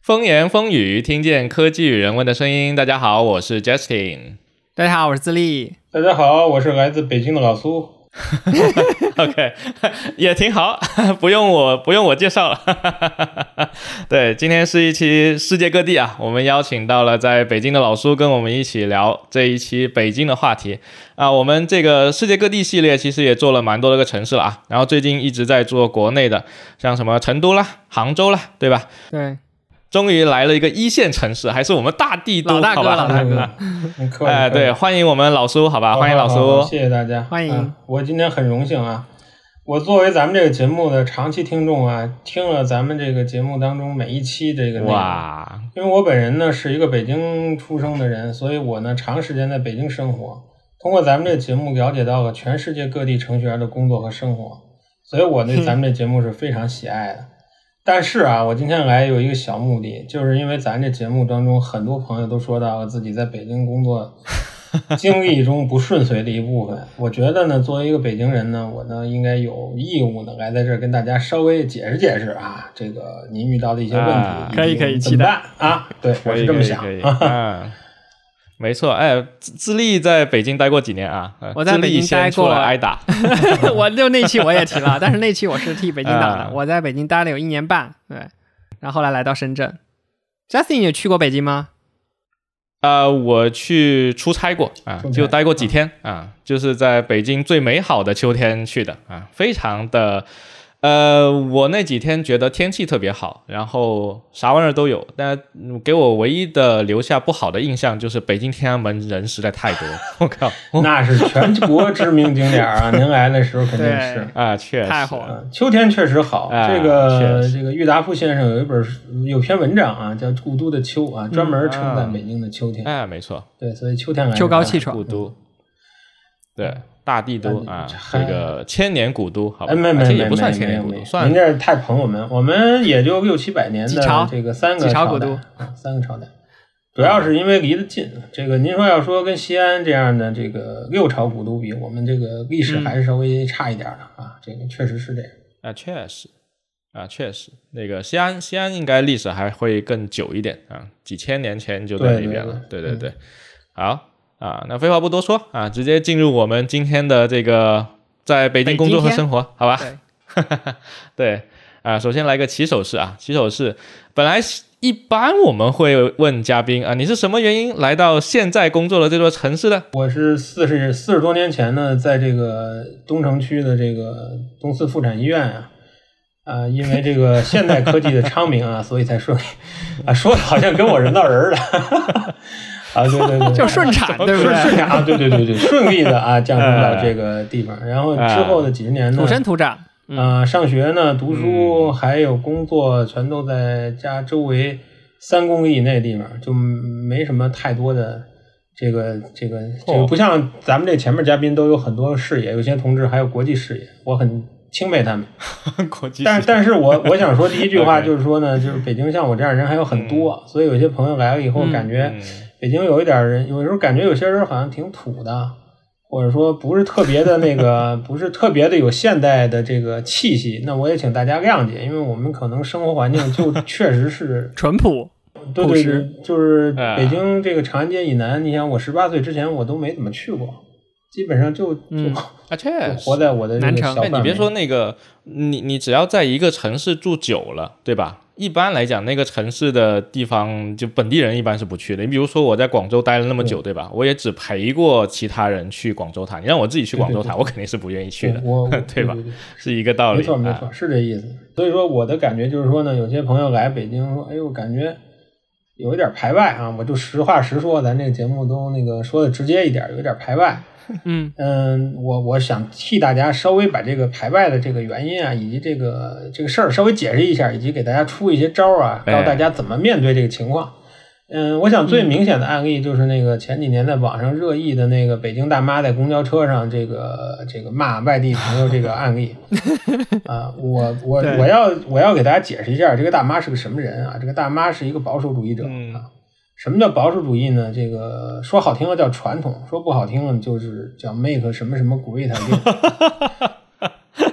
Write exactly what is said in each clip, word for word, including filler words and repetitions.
风言风语，听见科技与人文的声音。大家好，我是 Justin。 大家好，我是自立。 大家好，我是来自北京的老苏。 OK， 也挺好，不用我不用我介绍了。对，今天是一期世界各地啊，我们邀请到了在北京的老苏跟我们一起聊这一期北京的话题啊。我们这个世界各地系列其实也做了蛮多的个城市了啊，然后最近一直在做国内的，像什么成都啦、杭州啦，对吧？ 对。 终于来了一个一线城市，还是我们大帝都， 老大哥， 好吧？ 老大哥， 哎、呃，对，欢迎我们老苏，好吧？ 好欢迎老苏， 好好谢谢大家， 欢迎、 啊。我今天很荣幸啊，我作为咱们这个节目的长期听众啊，听了咱们这个节目当中每一期这个内容。哇！因为我本人呢是一个北京出生的人，所以我呢长时间在北京生活，通过咱们这个节目了解到了全世界各地程序员的工作和生活，所以我对咱们这节目是非常喜爱的。但是啊，我今天来有一个小目的，就是因为咱这节目当中很多朋友都说到了自己在北京工作经历中不顺遂的一部分。我觉得呢，作为一个北京人呢，我呢应该有义务呢来在这儿跟大家稍微解释解释啊，这个您遇到的一些问题， 啊、可以可以怎么办啊？对，我是这么想。 可以可以可以啊没错，哎，自立在北京待过几年啊？ 我在北京待过， 挨打。 我就那期我也提了，但是那期我是替北京打的。我在北京待了有一年半，对，然后后来来到深圳。Justin 也去过北京吗？ 呃，我去出差过啊，就待过几天啊，就是在北京最美好的秋天去的啊，非常的。呃，我那几天觉得天气特别好，然后啥玩意儿都有，但给我唯一的留下不好的印象就是北京天安门人实在太多，我靠， 那是全国知名景点啊！您来的时候肯定是啊，确实太好了。 秋天确实好， 啊、 这个这个郁达夫先生有一本有篇文章啊，叫《故都的秋》啊，专门称赞北京的秋天。 哎、嗯啊，没错， 对，所以秋天来秋高气爽， 故都，对。大帝都啊，这个千年古都，好吧？ 哎，没没没也不算千年古都，算您这太捧我们，我们也就六七百年的这个三个朝代，三个朝代，主要是因为离得近。这个您说要说跟西安这样的这个六朝古都比，我们这个历史还是稍微差一点的、嗯、啊，这个确实是这样啊，确实啊，确实，那个西安西安应该历史还会更久一点啊，几千年前就在那边了，对对 对, 对, 对、嗯，好。啊，那废话不多说啊，直接进入我们今天的这个在北京工作和生活，好吧？对，对啊，首先来个起手式啊，起手式。本来一般我们会问嘉宾啊，你是什么原因来到现在工作的这座城市的？ 我是四十四十多年前呢，在这个东城区的这个东四妇产医院啊，啊，因为这个现代科技的昌明啊，所以才顺利啊，说的好像跟我人道人的。啊，对对对， 就顺产，对不对？ 顺产啊，对对对对，顺利的啊，降生到这个地方。然后之后的几十年呢， 土生土长，啊、 嗯呃，上学呢，读书、嗯、还有工作，全都在家周围三公里以内的地方，就没什么太多的这个这个这个，不像咱们这前面嘉宾都有很多视野，有些同志还有国际视野，我很钦佩他们。 国际， 但但是我我想说第一句话就是说呢，就是北京像我这样人还有很多，嗯、所以有些朋友来了以后感觉。嗯北京有一点人，有时候感觉有些人好像挺土的，或者说不是特别的那个，不是特别的有现代的这个气息。那我也请大家谅解，因为我们可能生活环境就确实是淳朴。 对对对，就是北京这个长安街以南，你想我十八岁之前我都没怎么去过，基本上就就、 嗯、啊，确实活在我的这个小范围。 你别说那个，你你只要在一个城市住久了，对吧？一般来讲，那个城市的地方，就本地人一般是不去的。你比如说我在广州待了那么久，对吧？我也只陪过其他人去广州塔，你让我自己去广州塔，我肯定是不愿意去的， 对, 我对吧？ 对对对是一个道理。 没错没错、啊，是这意思。所以说我的感觉就是说呢，有些朋友来北京说，哎呦，感觉有一点排外啊。我就实话实说，咱这个节目都那个说的直接一点，有点排外。 嗯嗯，我我想替大家稍微把这个排外的这个原因啊，以及这个这个事儿稍微解释一下，以及给大家出一些招啊，告诉大家怎么面对这个情况。嗯，我想最明显的案例就是那个前几年在网上热议的那个北京大妈在公交车上这个这个骂外地朋友这个案例啊，我我我要我要给大家解释一下，这个大妈是个什么人啊？这个大妈是一个保守主义者啊。 嗯什么叫保守主义呢？这个说好听了叫传统，说不好听了就是叫 make 什么什么 great idea。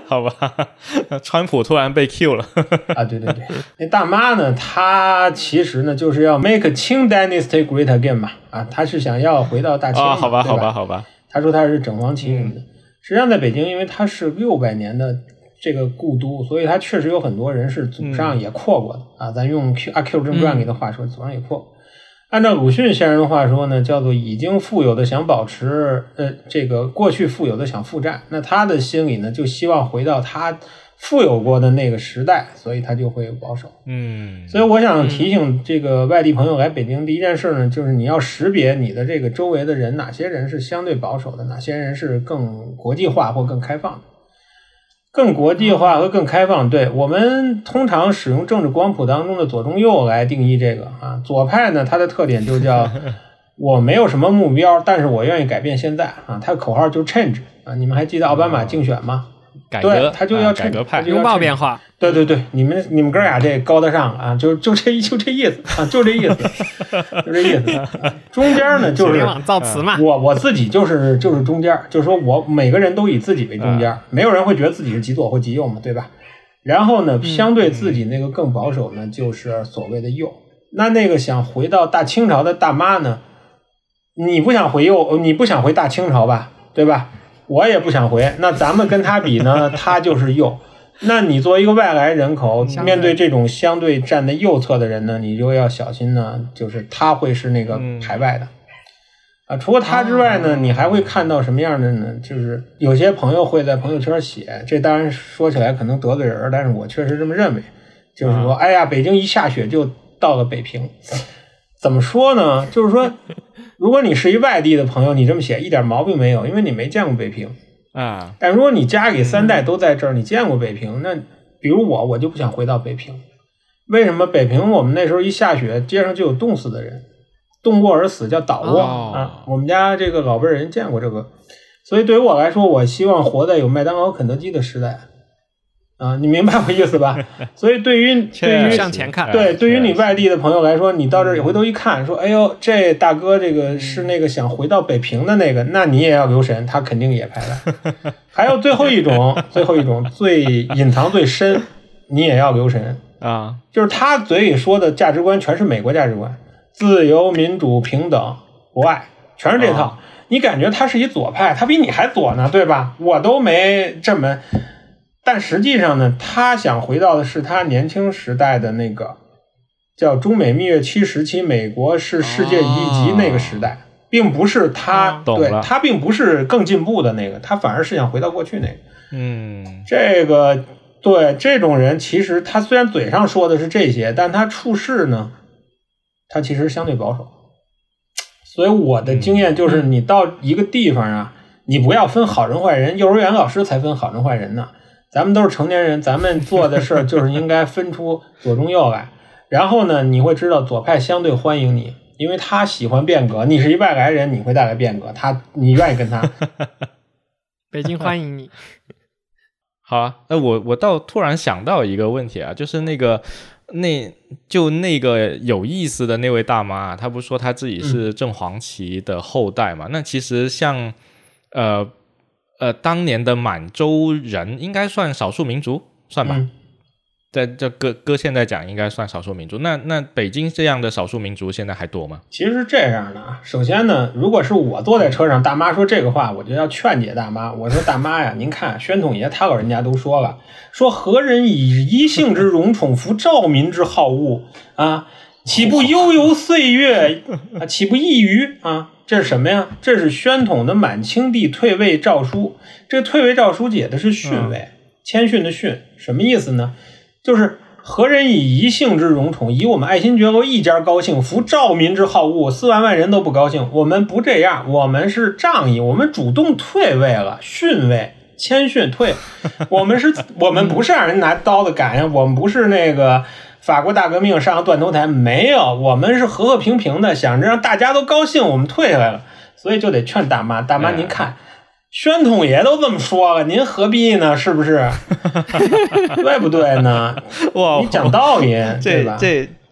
好吧，川普突然被 Q 了啊！对对对，那大妈呢？她其实呢就是要 make Qing Dynasty great again 嘛，啊，她是想要回到大清。 啊、哦，好吧， 吧好吧，好吧。 她说她是整黄旗什么的。嗯、实际上，在北京，因为它是六百年的这个故都，所以它确实有很多人是祖上也扩过的、嗯、啊。咱用 Q 阿 Q 正传里的话说，嗯、祖上也扩过。按照鲁迅先生的话说呢，叫做已经富有的想保持，呃，这个过去富有的想负债。那他的心里呢，就希望回到他富有过的那个时代，所以他就会保守。 嗯， 所以我想提醒这个外地朋友来北京，第一件事呢，就是你要识别你的这个周围的人，哪些人是相对保守的，哪些人是更国际化或更开放的。更国际化和更开放，对，我们通常使用政治光谱当中的左中右来定义这个啊。左派呢，它的特点就叫我没有什么目标，但是我愿意改变现在啊。它的口号就是 change 啊，你们还记得奥巴马竞选吗？ 改革， 对，他就要 change，、 啊、改革派， 拥抱变化。 对对对，你们你们哥俩这高大上啊，就就这就这意思啊，就这意思，就这意思。中间呢，就是造词嘛。 我我自己就是就是中间，就是说我每个人都以自己为中间，嗯、没有人会觉得自己是极左或极右嘛，对吧？然后呢，相对自己那个更保守呢，就是所谓的右。那那个想回到大清朝的大妈呢，你不想回右，你不想回大清朝吧，对吧？我也不想回，那咱们跟他比呢，他就是右。那你作为一个外来人口，面对这种相对站在右侧的人呢，你就要小心呢，就是他会是那个排外的、嗯、啊。除了他之外呢、哦，你还会看到什么样的呢？就是有些朋友会在朋友圈写，这当然说起来可能得罪人，但是我确实这么认为，就是说，哎呀，北京一下雪就到了北平，怎么说呢？就是说，如果你是一外地的朋友，你这么写一点毛病没有，因为你没见过北平。 啊， 但如果你家里三代都在这儿，你见过北平，那比如我，我就不想回到北平。为什么北平？我们那时候一下雪，街上就有冻死的人，冻过而死叫倒卧、哦、啊。我们家这个老辈人见过这个，所以对于我来说，我希望活在有麦当劳、肯德基的时代啊，你明白我意思吧？所以对于对于向前看， 对对于你外地的朋友来说，你到这儿回头一看，说，哎呦，这大哥这个是那个想回到北平的那个，那你也要留神，他肯定也排外。还有最后一种，最后一种最隐藏最深，你也要留神啊， 就是他嘴里说的价值观全是美国价值观，自由、民主、平等、博爱，全是这套。哦、你感觉他是一左派，他比你还左呢，对吧？我都没这么。但实际上呢，他想回到的是他年轻时代的那个叫中美蜜月期时期，美国是世界一级那个时代，哦、并不是他、 哦、 对他并不是更进步的那个，他反而是想回到过去那个。 嗯， 这个对这种人，其实他虽然嘴上说的是这些，但他处事呢，他其实相对保守。所以我的经验就是，你到一个地方啊，嗯、你不要分好人坏人，幼儿园老师才分好人坏人呢。咱们都是成年人，咱们做的事儿就是应该分出左中右来。然后呢，你会知道左派相对欢迎你，因为他喜欢变革。你是一外来人，你会带来变革，他你愿意跟他。 北京欢迎你。 好啊，那我我倒突然想到一个问题啊，就是那个那就那个有意思的那位大妈，她不是说她自己是正黄旗的后代嘛？嗯、那其实像呃。呃，当年的满洲人应该算少数民族，算吧。嗯、在这搁搁现在讲，应该算少数民族。那那北京这样的少数民族现在还多吗？ 其实是这样的啊。首先呢，如果是我坐在车上，大妈说这个话，我就要劝解大妈。我说大妈呀，您看宣统爷他老人家都说了，说何人以一姓之荣宠服兆民之好恶啊？岂不悠游岁月啊？岂不异于啊？这是什么呀？这是宣统的满清帝退位诏书。这退位诏书解的是训位，嗯、谦逊的逊，什么意思呢？就是何人以一姓之荣宠，以我们爱新觉罗一家高兴，服兆民之好恶，四万万人都不高兴。我们不这样，我们是仗义，我们主动退位了，训位，谦逊退。我们是，我们不是让人拿刀子赶呀，我们不是那个。法国大革命上断头台没有，我们是和和平平的，想着让大家都高兴，我们退下来了，所以就得劝大妈，大妈您看，宣统爷都这么说了，您何必呢？是不是？对不对呢？ 哇， 你讲道理，对吧？ 这这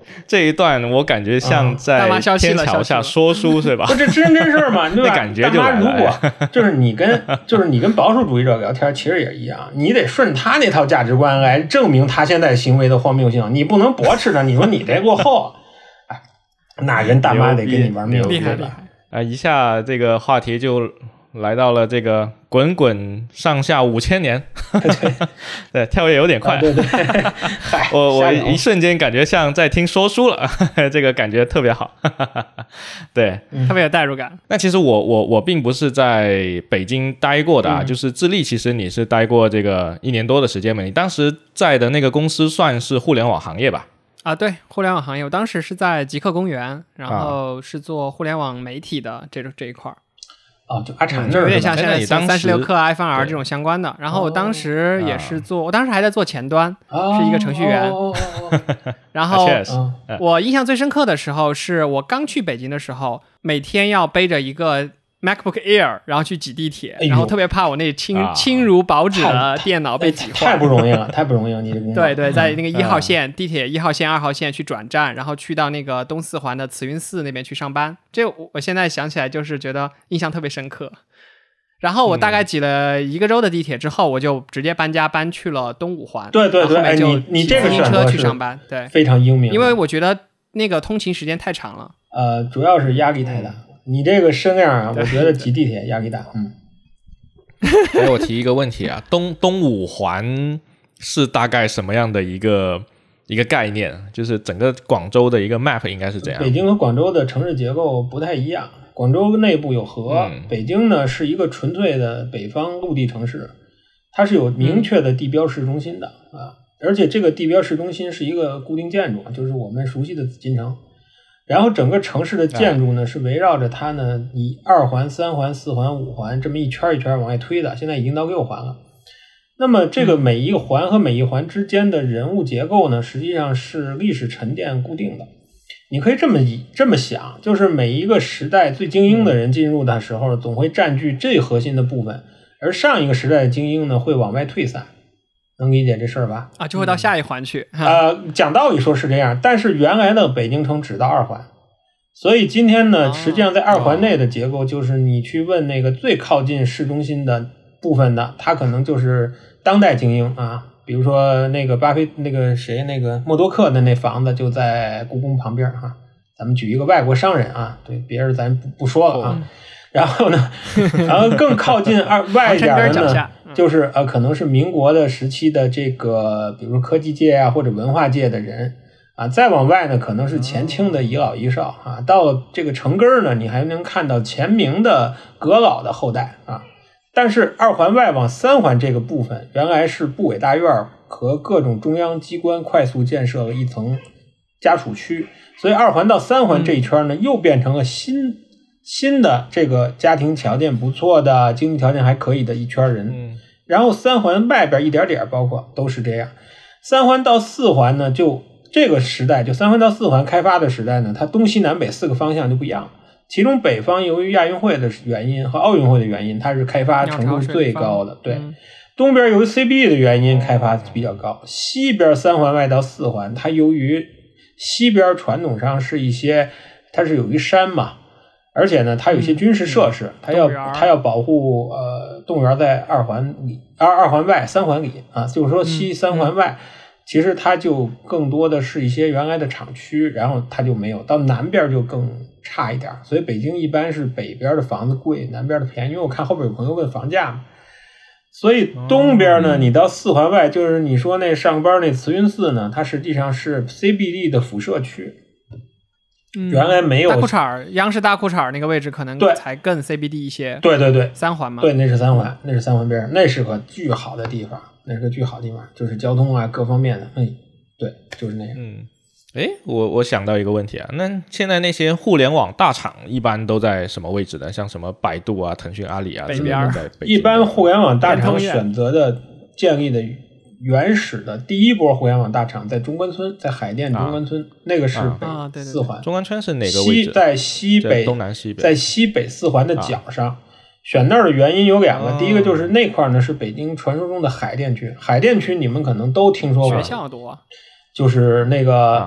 这一段我感觉像在天桥下说书，是吧？ 不，这真真事儿嘛，对吧？ 那感觉就来了。如果就是你跟就是你跟保守主义者聊天，其实也一样，你得顺他那套价值观来证明他现在行为的荒谬性，你不能驳斥他，你说你这落后，哎，那人大妈得跟你玩命， 厉害厉害啊！一下这个话题就来到了这个滚滚上下五千年， 对, 对，跳跃有点快， 啊、对对我我一瞬间感觉像在听说书了，这个感觉特别好，对、 嗯，特别有代入感。 那其实我我我并不是在北京待过的啊，嗯、就是智利，其实你是待过这个一年多的时间嘛，你当时在的那个公司算是互联网行业吧？ 啊，对，互联网行业，我当时是在极客公园，然后是做互联网媒体的这种这一块儿。 哦，就阿产就有点像现在三十六氪、iPhone R 这种相关的。然后我当时也是做，哦、我当时还在做前端， 哦、 是一个程序员。 哦、 然后哦、 我印象最深刻的时候，是我刚去北京的时候，每天要背着一个 MacBook Air， 然后去挤地铁， 哎、 然后特别怕我那轻、啊、轻如薄纸的电脑被挤坏， 太不容易了，太不容易了，你这工作。 对对，在那个一号线、嗯、地铁一号线、二号线去转站，然后去到那个东四环的慈云寺那边去上班。这我现在想起来就是觉得印象特别深刻。然后我大概挤了一个周的地铁之后，嗯、我就直接搬家搬去了东五环。 对对对， 后面就你你这个自行车去上班，对， 非常英明。 因为我觉得那个通勤时间太长了。 呃，主要是压力太大。你这个身量啊，我觉得挤地铁压力大。嗯。 哎，我提一个问题啊，东东五环是大概什么样的一个一个概念？就是整个广州的一个 map 应该是这样。 北京和广州的城市结构不太一样。广州内部有河，嗯、北京呢是一个纯粹的北方陆地城市，它是有明确的地标市中心的、嗯、啊，而且这个地标市中心是一个固定建筑，就是我们熟悉的紫禁城。然后整个城市的建筑呢、哎、是围绕着它呢以二环、三环、四环、五环这么一圈一圈往外推的，现在已经到六环了。那么这个每一个环和每一环之间的人物结构呢，实际上是历史沉淀固定的。你可以这么这么想，就是每一个时代最精英的人进入的时候，总会占据最核心的部分，而上一个时代的精英呢，会往外退散，能理解这事儿吧？ 啊，就会到下一环去。 嗯、呃，讲道理说是这样，但是原来的北京城只到二环，所以今天呢，实际上在二环内的结构，就是你去问那个最靠近市中心的部分的，他可能就是当代精英啊。比如说那个巴菲那个谁那个默多克的那房子就在故宫旁边哈、啊，咱们举一个外国商人啊，对别人咱不不说了啊。嗯、然后呢，然后更靠近二外一点的呢，就是呃可能是民国的时期的这个，比如说科技界啊或者文化界的人啊，再往外呢可能是前清的遗老遗少啊，到了这个城根呢，你还能看到前明的阁老的后代啊。但是二环外往三环这个部分，原来是部委大院和各种中央机关快速建设了一层家属区，所以二环到三环这一圈呢，又变成了新新的这个家庭条件不错的、经济条件还可以的一圈人。然后三环外边一点点，包括都是这样。三环到四环呢，就这个时代，就三环到四环开发的时代呢，它东西南北四个方向就不一样。其中北方由于亚运会的原因和奥运会的原因，它是开发程度最高的。对，嗯、东边由于 C B D 的原因开发比较高。西边三环外到四环，它由于西边传统上是一些，它是有一山嘛，而且呢，它有一些军事设施，嗯、它要它要保护呃动物园在二环里，二二环外三环里啊，就是说西三环外。嗯嗯其实它就更多的是一些原来的厂区，然后它就没有，到南边就更差一点。所以北京一般是北边的房子贵，南边的便宜。因为我看后边有朋友问房价嘛，所以东边呢，你到四环外，就是你说那上班那慈云寺呢，它实际上是 C B D 的辐射区。 嗯、 原来没有大裤衩，央视大裤衩那个位置可能才更 C B D 一些。 对对对， 三环嘛。 对，那是三环，那是三环边，那是个巨好的地方。那是个巨好的地方，就是交通啊各方面的，嗯，对，就是那样。 嗯，诶，我我想到一个问题啊，那现在那些互联网大厂一般都在什么位置呢？像什么百度啊、腾讯、阿里啊， 北边。 一般互联网大厂选择的建立的原始的第一波互联网大厂在中关村，在海淀中关村，啊、那个是北四环。 啊、 中关村是哪个位置？ 西在西北， 东南西北， 在西北四环的角上。啊选那儿的原因有两个，哦、第一个就是那块呢是北京传说中的海淀区，海淀区你们可能都听说过， 学校多， 就是那个、啊、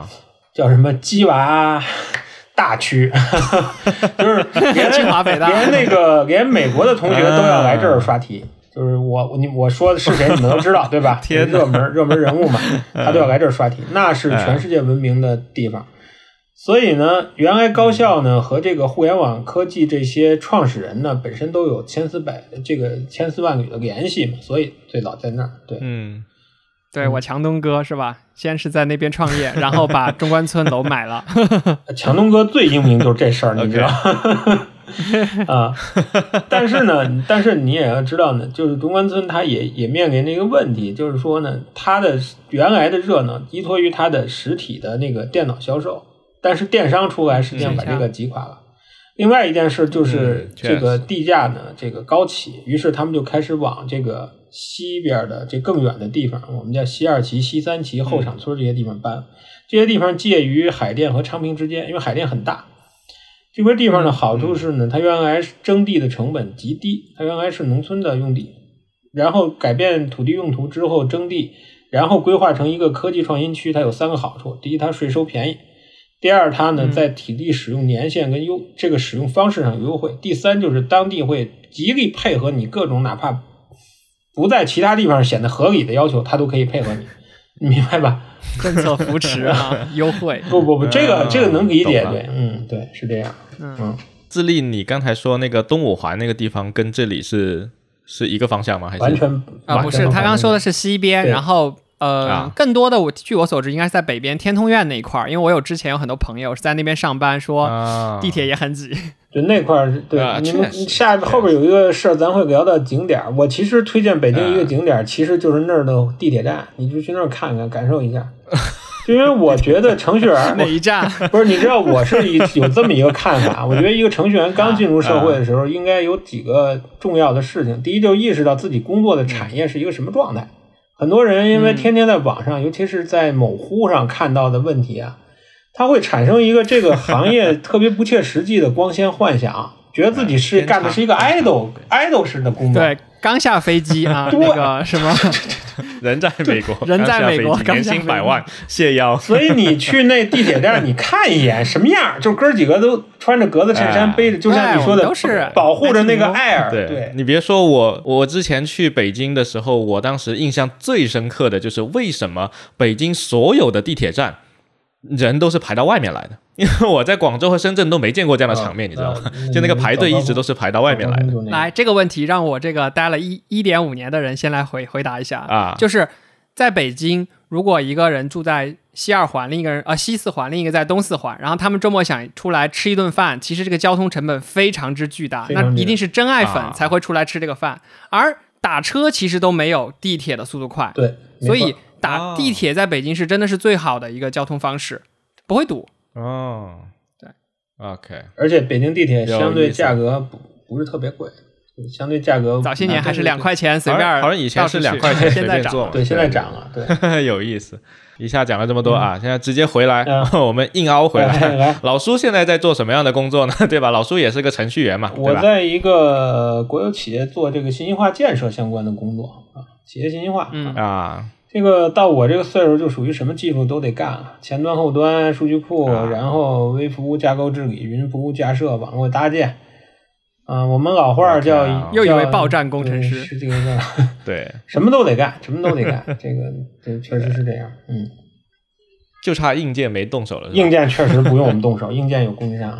叫什么鸡娃大区，就是连清华北大连那个连美国的同学都要来这儿刷题。就是我你我说的是谁你们都知道对吧？ 天热门热门人物嘛，他都要来这儿刷题，那是全世界闻名的地方。所以呢，原来高校呢和这个互联网科技这些创始人呢本身都有千丝百这个千丝万缕的联系嘛，所以最早在那儿。对， 嗯， 对我强东哥是吧？先是在那边创业，然后把中关村楼买了。 强东哥最英明就是这事儿，你知道。啊，但是呢，但是你也要知道呢，就是中关村它也也面临这个问题，就是说呢，它的原来的热闹依托于它的实体的那个电脑销售，但是电商出来实际上把这个击垮了。另外一件事就是这个地价呢，这个高起，于是他们就开始往这个西边的这更远的地方，我们叫西二旗、西三旗、后厂村这些地方搬。这些地方介于海淀和昌平之间，因为海淀很大。这块地方的好处是呢，它原来征地的成本极低，它原来是农村的用地，然后改变土地用途之后征地，然后规划成一个科技创新区，它有三个好处：第一，它税收便宜；第二，它呢在体力使用年限跟优这个使用方式上有优惠；第三，就是当地会极力配合你各种哪怕不在其他地方显得合理的要求，它都可以配合你，你明白吧？ 政策扶持啊，优惠。 不不不，这个这个能理解，对，嗯，对，是这样，嗯。 智利，你刚才说那个东五环那个地方跟这里是是一个方向吗？还是完全啊？不是，他刚刚说的是西边，然后呃、啊，更多的我据我所知应该是在北边天通苑那一块，因为我有之前有很多朋友是在那边上班，说地铁也很挤。 对，那块儿对、啊、你们下后边有一个事儿，咱会聊到景点。我其实推荐北京一个景点，啊、其实就是那儿的地铁站，你就去那儿看看，感受一下。因为我觉得程序员哪一站不是，你知道我是有这么一个看法，我觉得一个程序员刚进入社会的时候，应该有几个重要的事情。第一，就意识到自己工作的产业是一个什么状态。很多人因为天天在网上，嗯、尤其是在某乎上看到的问题啊。他会产生一个这个行业特别不切实际的光鲜幻想，觉得自己是干的是一个 idol idol 式的工作。 对，刚下飞机啊，那个什么， 人在美国， 人在美国， 年薪百万，谢邀。 所以你去那地铁站，你看一眼什么样，就哥几个都穿着格子衬衫，背着，就像你说的， 都是保护着那个艾尔。 对， 对你别说我，我之前去北京的时候，我当时印象最深刻的就是为什么北京所有的地铁站。人都是排到外面来的，因为我在广州和深圳都没见过这样的场面，啊、你知道吗？啊、就那个排队一直都是排到外面来的。 来，这个问题让我这个待了一一点五年的人先来回回答一下啊， 就是在北京，如果一个人住在西二环，另一个人呃西四环，另一个在东四环，然后他们周末想出来吃一顿饭，其实这个交通成本非常之巨大，那一定是真爱粉才会出来吃这个饭，啊、而打车其实都没有地铁的速度快， 对， 所以。打地铁在北京是真的是最好的一个交通方式，不会堵。 哦， 对 ，OK。 而且北京地铁相对价格不不是特别贵，相对价格早些年还是两块钱随便， 好像以前是两块钱随便坐， 对，现在涨了，对， 有意思。一下讲了这么多啊，嗯、现在直接回来， 嗯、 我们硬凹回来。 来来老苏现在在做什么样的工作呢？对吧？老苏也是个程序员嘛， 我在一个国有企业做这个信息化建设相关的工作啊，企业信息化， 嗯啊。 这个到我这个岁数就属于什么技术都得干，前端后端数据库、啊、然后微服务架构治理、云服务架设、网络搭建啊、呃，我们老话叫、啊、 又一位报站工程师， 是这个叫对， 什么都得干，什么都得干，这个这确实是这样，嗯， 就差硬件没动手了。 硬件确实不用我们动手，硬件有供应商。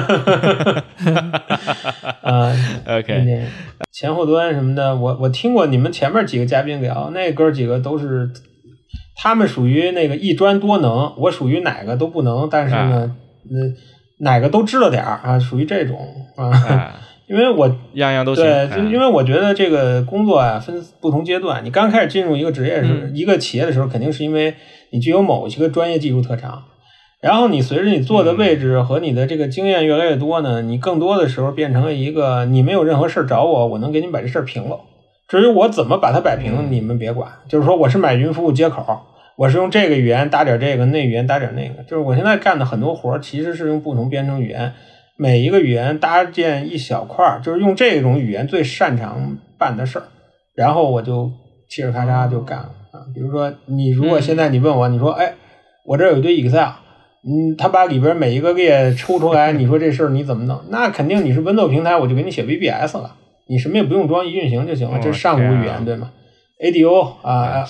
啊 ，OK。 前后端什么的，我我听过你们前面几个嘉宾聊，那哥几个都是，他们属于那个一专多能，我属于哪个都不能，但是呢，啊、哪个都知道点儿啊，属于这种啊。啊因为我样样都行， 对，就因为我觉得这个工作啊分不同阶段，你刚开始进入一个职业时、嗯、一个企业的时候，肯定是因为你具有某一个专业技术特长。然后你随着你做的位置和你的这个经验越来越多呢，你更多的时候变成了一个你没有任何事找我，我能给你把这事儿平了。至于我怎么把它摆平，你们别管。就是说我是买云服务接口，我是用这个语言搭点这个，那语言搭点那个。就是我现在干的很多活其实是用不同编程语言，每一个语言搭建一小块，就是用这种语言最擅长办的事儿，然后我就嘁哩咔嚓就干了啊。比如说你如果现在你问我，你说哎，我这有一堆 Excel。 嗯，他把里边每一个列抽出来，你说这事儿你怎么弄？那肯定你是 Windows 平台，我就给你写 V B S 了，你什么也不用装，一运行就行了。哦、这是上古语言、啊、对吗 ？A D O 啊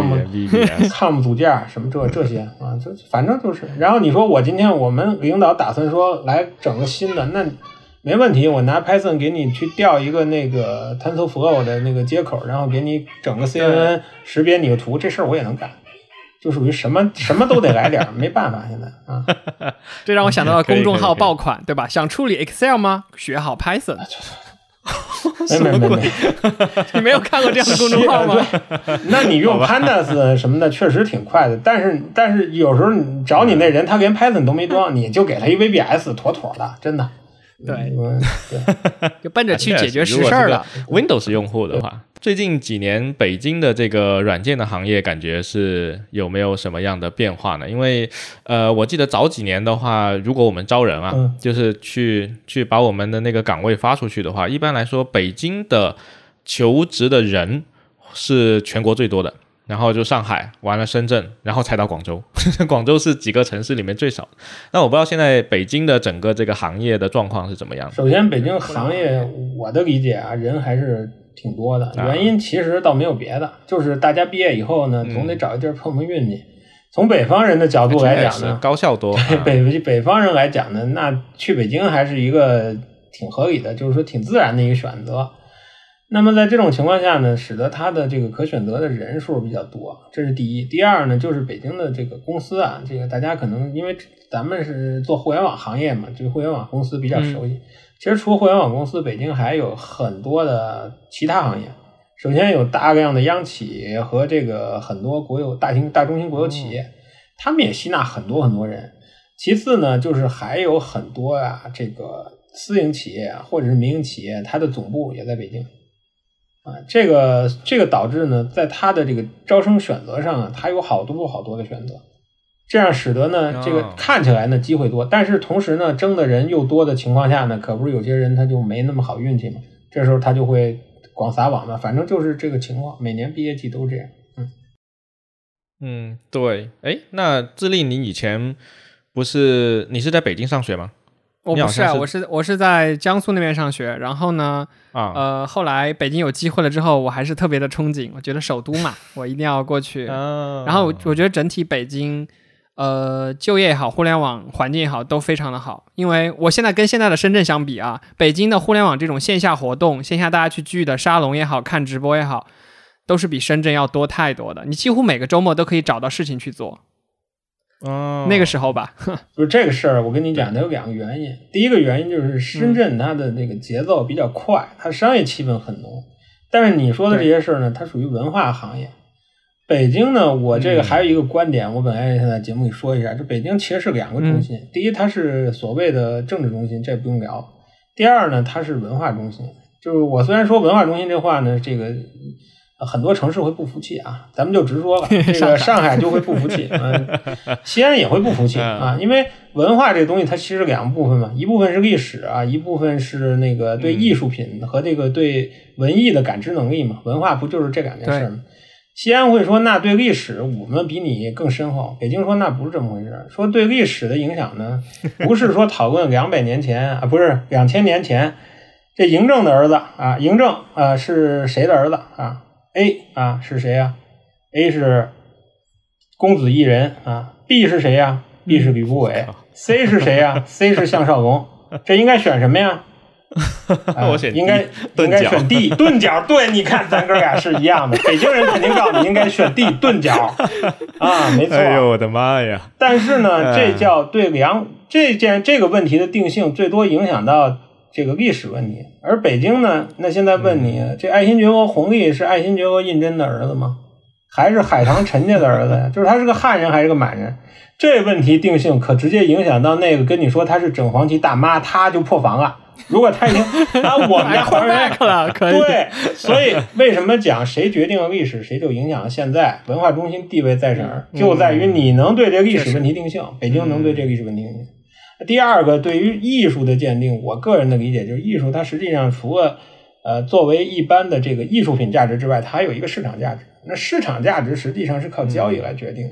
，com 组件什么这这些啊，就反正就是。然后你说我今天我们领导打算说来整个新的，那没问题，我拿 Python 给你去调一个那个 TensorFlow 的那个接口，然后给你整个 C N N 识别你的图，这事儿我也能干。就属于什么什么都得来点，没办法，现在啊， 这让我想到了公众号爆款，对吧？想处理 Excel 吗？学好 Python。 什么鬼？ 你没有看过这样的公众号吗？ 那你用 Pandas 什么的确实挺快的，但是但是有时候你找你那人，他连 Python 都没装，你就给他一 V B S， 妥妥的，真的。 对， 嗯、对， 就奔着去解决实事了。 Windows 用户的话，最近几年北京的这个软件的行业感觉是有没有什么样的变化呢？因为呃，我记得早几年的话，如果我们招人啊， 嗯、 就是去去把我们的那个岗位发出去的话，一般来说，北京的求职的人是全国最多的。然后就上海，完了深圳，然后才到广州。广州是几个城市里面最少。那我不知道现在北京的整个这个行业的状况是怎么样的。 首先，北京行业我的理解啊，人还是挺多的。原因其实倒没有别的，啊、就是大家毕业以后呢，总得找一地儿碰碰运气。嗯、从北方人的角度来讲呢， 高校多。 对北北方人来讲呢，那去北京还是一个挺合理的，就是说挺自然的一个选择。那么在这种情况下呢，使得它的这个可选择的人数比较多，这是第一。第二呢，就是北京的这个公司啊，这个大家可能因为咱们是做互联网行业嘛，对互联网公司比较熟悉。嗯、其实除了互联网公司，北京还有很多的其他行业。首先有大量的央企和这个很多国有大型大中型国有企业，嗯、他们也吸纳很多很多人。其次呢，就是还有很多啊，这个私营企业或者是民营企业，它的总部也在北京。啊，这个这个导致呢，在他的这个招生选择上啊，他有好多好多的选择，这样使得呢，这个看起来呢机会多，但是同时呢，争的人又多的情况下呢，可不是有些人他就没那么好运气嘛，这时候他就会广撒网嘛，反正就是这个情况，每年毕业季都这样。嗯嗯，对，哎，那智利，你以前不是你是在北京上学吗？ 我不是，我是我是在江苏那边上学，然后呢， 啊、 呃，后来北京有机会了之后，我还是特别的憧憬，我觉得首都嘛，我一定要过去。 啊、 然后我觉得整体北京，呃，就业也好，互联网环境也好，都非常的好。因为我现在跟现在的深圳相比啊，北京的互联网这种线下活动，线下大家去聚的沙龙也好，看直播也好，都是比深圳要多太多的。你几乎每个周末都可以找到事情去做。 哦， 那个时候吧， 就是这个事儿，我跟你讲，它有两个原因。第一个原因就是深圳它的那个节奏比较快，它商业气氛很浓。但是你说的这些事儿呢，它属于文化行业。北京呢，我这个还有一个观点，嗯、我本来也想在节目里说一下，就北京其实是两个中心。嗯、第一，它是所谓的政治中心，这不用聊。第二呢，它是文化中心。就是我虽然说文化中心这话呢，这个。很多城市会不服气啊，咱们就直说吧。这个上海就会不服气，嗯，西安也会不服气啊，因为文化这东西它其实两部分嘛，一部分是历史啊，一部分是那个对艺术品和这个对文艺的感知能力嘛。文化不就是这两件事吗？西安会说那对历史我们比你更深厚，北京说那不是这么回事，说对历史的影响呢，不是说讨论两百年前啊，不是两千年前，这嬴政的儿子啊，嬴政啊是谁的儿子啊？A 啊是谁呀、啊、？A 是公子异人啊 ，B 是谁呀、啊、？B 是吕不韦 ，C 是谁呀、啊、？C 是项少龙，这应该选什么呀？ 啊、我选 D, 应该应该选 D 钝角。对，你看咱哥俩是一样的，北京人肯定告诉你应该选 D 钝角啊，没错。 哎呦我的妈呀！ 但是呢，这叫对两这件这个问题的定性，最多影响到。这个历史问题，而北京呢？那现在问你，嗯、这爱新觉罗弘历是爱新觉罗胤禛的儿子吗？还是海棠陈家的儿子呀？就是他是个汉人还是个满人？这问题定性可直接影响到那个跟你说他是整黄旗大妈，他就破防了。如果他已经啊，我们家皇人了，可以对，所以为什么讲谁决定了历史，谁就影响了现在文化中心地位在这儿，嗯、就在于你能对这历史问题定性，嗯、北京能对这个历史问题定性。第二个，对于艺术的鉴定，我个人的理解就是，艺术它实际上除了呃作为一般的这个艺术品价值之外，它还有一个市场价值。那市场价值实际上是靠交易来决定的。嗯、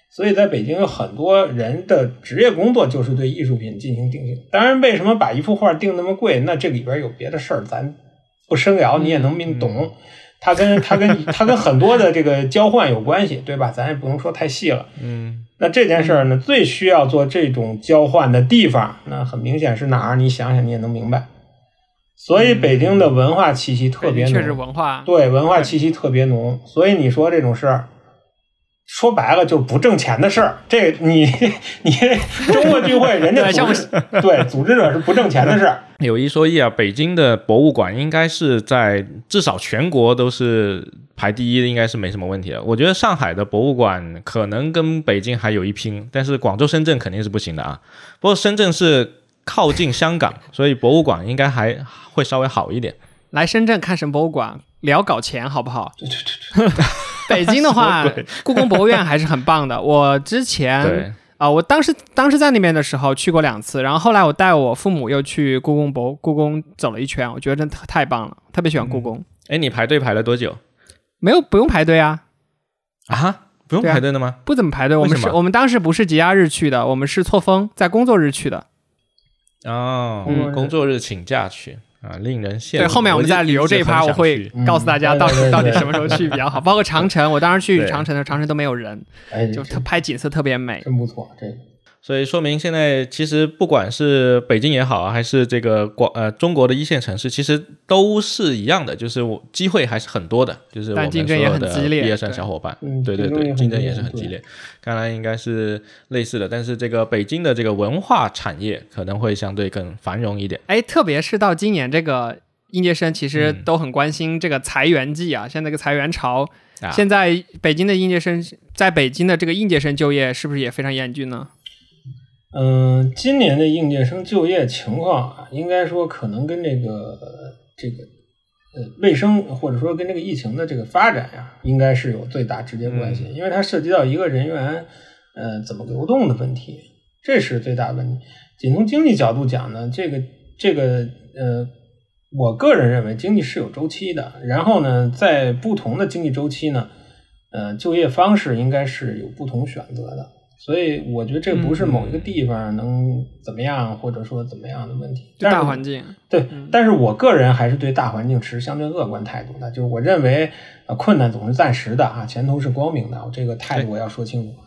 所以在北京有很多人的职业工作就是对艺术品进行定性。当然为什么把一幅画定那么贵，那这里边有别的事儿咱不深聊，你也能明懂、嗯、它跟它跟它跟很多的这个交换有关系，对吧？咱也不能说太细了。 嗯， 那这件事儿呢，最需要做这种交换的地方，那很明显是哪儿？你想想你也能明白。所以北京的文化气息特别浓， 确实文化对文化气息特别浓。所以你说这种事儿，说白了就是不挣钱的事儿。这你你周末聚会，人家组织对组织者是不挣钱的事儿。 有一说一啊，北京的博物馆应该是在至少全国都是排第一的，应该是没什么问题的。我觉得上海的博物馆可能跟北京还有一拼，但是广州、深圳肯定是不行的啊。不过深圳是靠近香港，所以博物馆应该还会稍微好一点。 来深圳看什么博物馆，聊搞钱好不好？ 对对对北京的话，故宫博物院还是很棒的。我之前啊、呃，我当时当时在那边的时候去过两次，然后后来我带我父母又去故宫博故宫走了一圈，我觉得真的太棒了，特别喜欢故宫。 哎、嗯，你排队排了多久？ 没有，不用排队啊。 啊？不用排队的吗？ 不怎么排队。我们是我们当时不是节假日去的，我们是错峰，在工作日去的。 哦，嗯、工作日请假去啊，令人羡慕。 对，后面我们在旅游这一趴，我会告诉大家到底、嗯、到底什么时候去比较好。包括长城，我当时去长城的，长城都没有人，就拍景色特别美， 真不错。这所以说明现在其实不管是北京也好，还是这个广呃中国的一线城市，其实都是一样的，就是机会还是很多的，就是我们所有的毕业生小伙伴，对对对，竞争也是很激烈。看来应该是类似的，但是这个北京的这个文化产业可能会相对更繁荣一点。 哎，特别是到今年这个应届生其实都很关心这个裁员季啊，现在这个裁员潮、啊，现在北京的应届生在北京的这个应届生就业是不是也非常严峻呢？ 嗯、呃，今年的应届生就业情况啊，应该说可能跟这个这个呃卫生或者说跟这个疫情的这个发展呀、啊，应该是有最大直接关系，嗯、因为它涉及到一个人员呃怎么流动的问题，这是最大问题。仅从经济角度讲呢，这个这个呃，我个人认为经济是有周期的，然后呢，在不同的经济周期呢，呃，就业方式应该是有不同选择的。所以我觉得这不是某一个地方能怎么样、嗯、或者说怎么样的问题， 就大环境对、嗯、但是我个人还是对大环境持相对乐观态度的，就是我认为、呃、困难总是暂时的啊，前途是光明的，我这个态度我要说清楚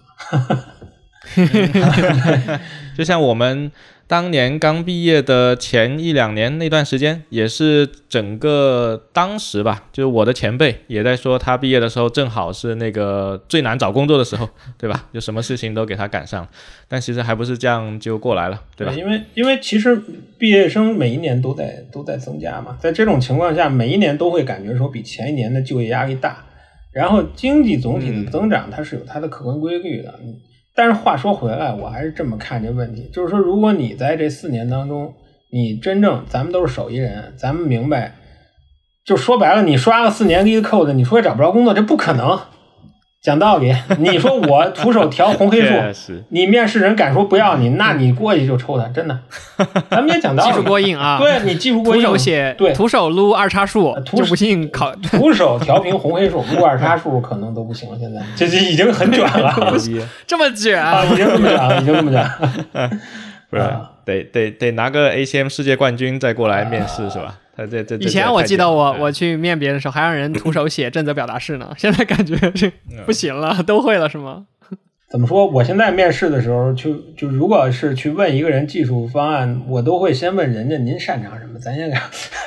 就像我们当年刚毕业的前一两年那段时间，也是整个当时吧，就是我的前辈也在说，他毕业的时候正好是那个最难找工作的时候，对吧？就什么事情都给他赶上，但其实还不是这样就过来了，对吧？ 对，因为因为其实毕业生每一年都在都在增加嘛，在这种情况下，每一年都会感觉说比前一年的就业压力大，然后经济总体的增长它是有它的客观规律的。嗯但是话说回来，我还是这么看这问题，就是说如果你在这四年当中，你真正咱们都是手艺人，咱们明白，就说白了，你刷了四年 lead code， 你说也找不着工作，这不可能。讲道理，你说我徒手调红黑数，你面试人敢说不要你，那你过去就抽他，真的。咱们也讲道理， 技术过硬啊， 对你技术过硬， 徒手写， 对， 徒手撸二叉数，就不信考， 徒手调平红黑数，撸二叉数可能都不行了。现在这这已经很卷了， 这么卷啊，已经这么卷了，已经这么卷了。 不是，得得得拿个 A C M 世界冠军再过来面试、啊、是吧？他这这以前我记得我我去面别人的时候，还让人徒手写正则表达式呢。现在感觉这不行了，都会了是吗？ 怎么说？我现在面试的时候，就就如果是去问一个人技术方案，我都会先问人家您擅长什么，咱先聊。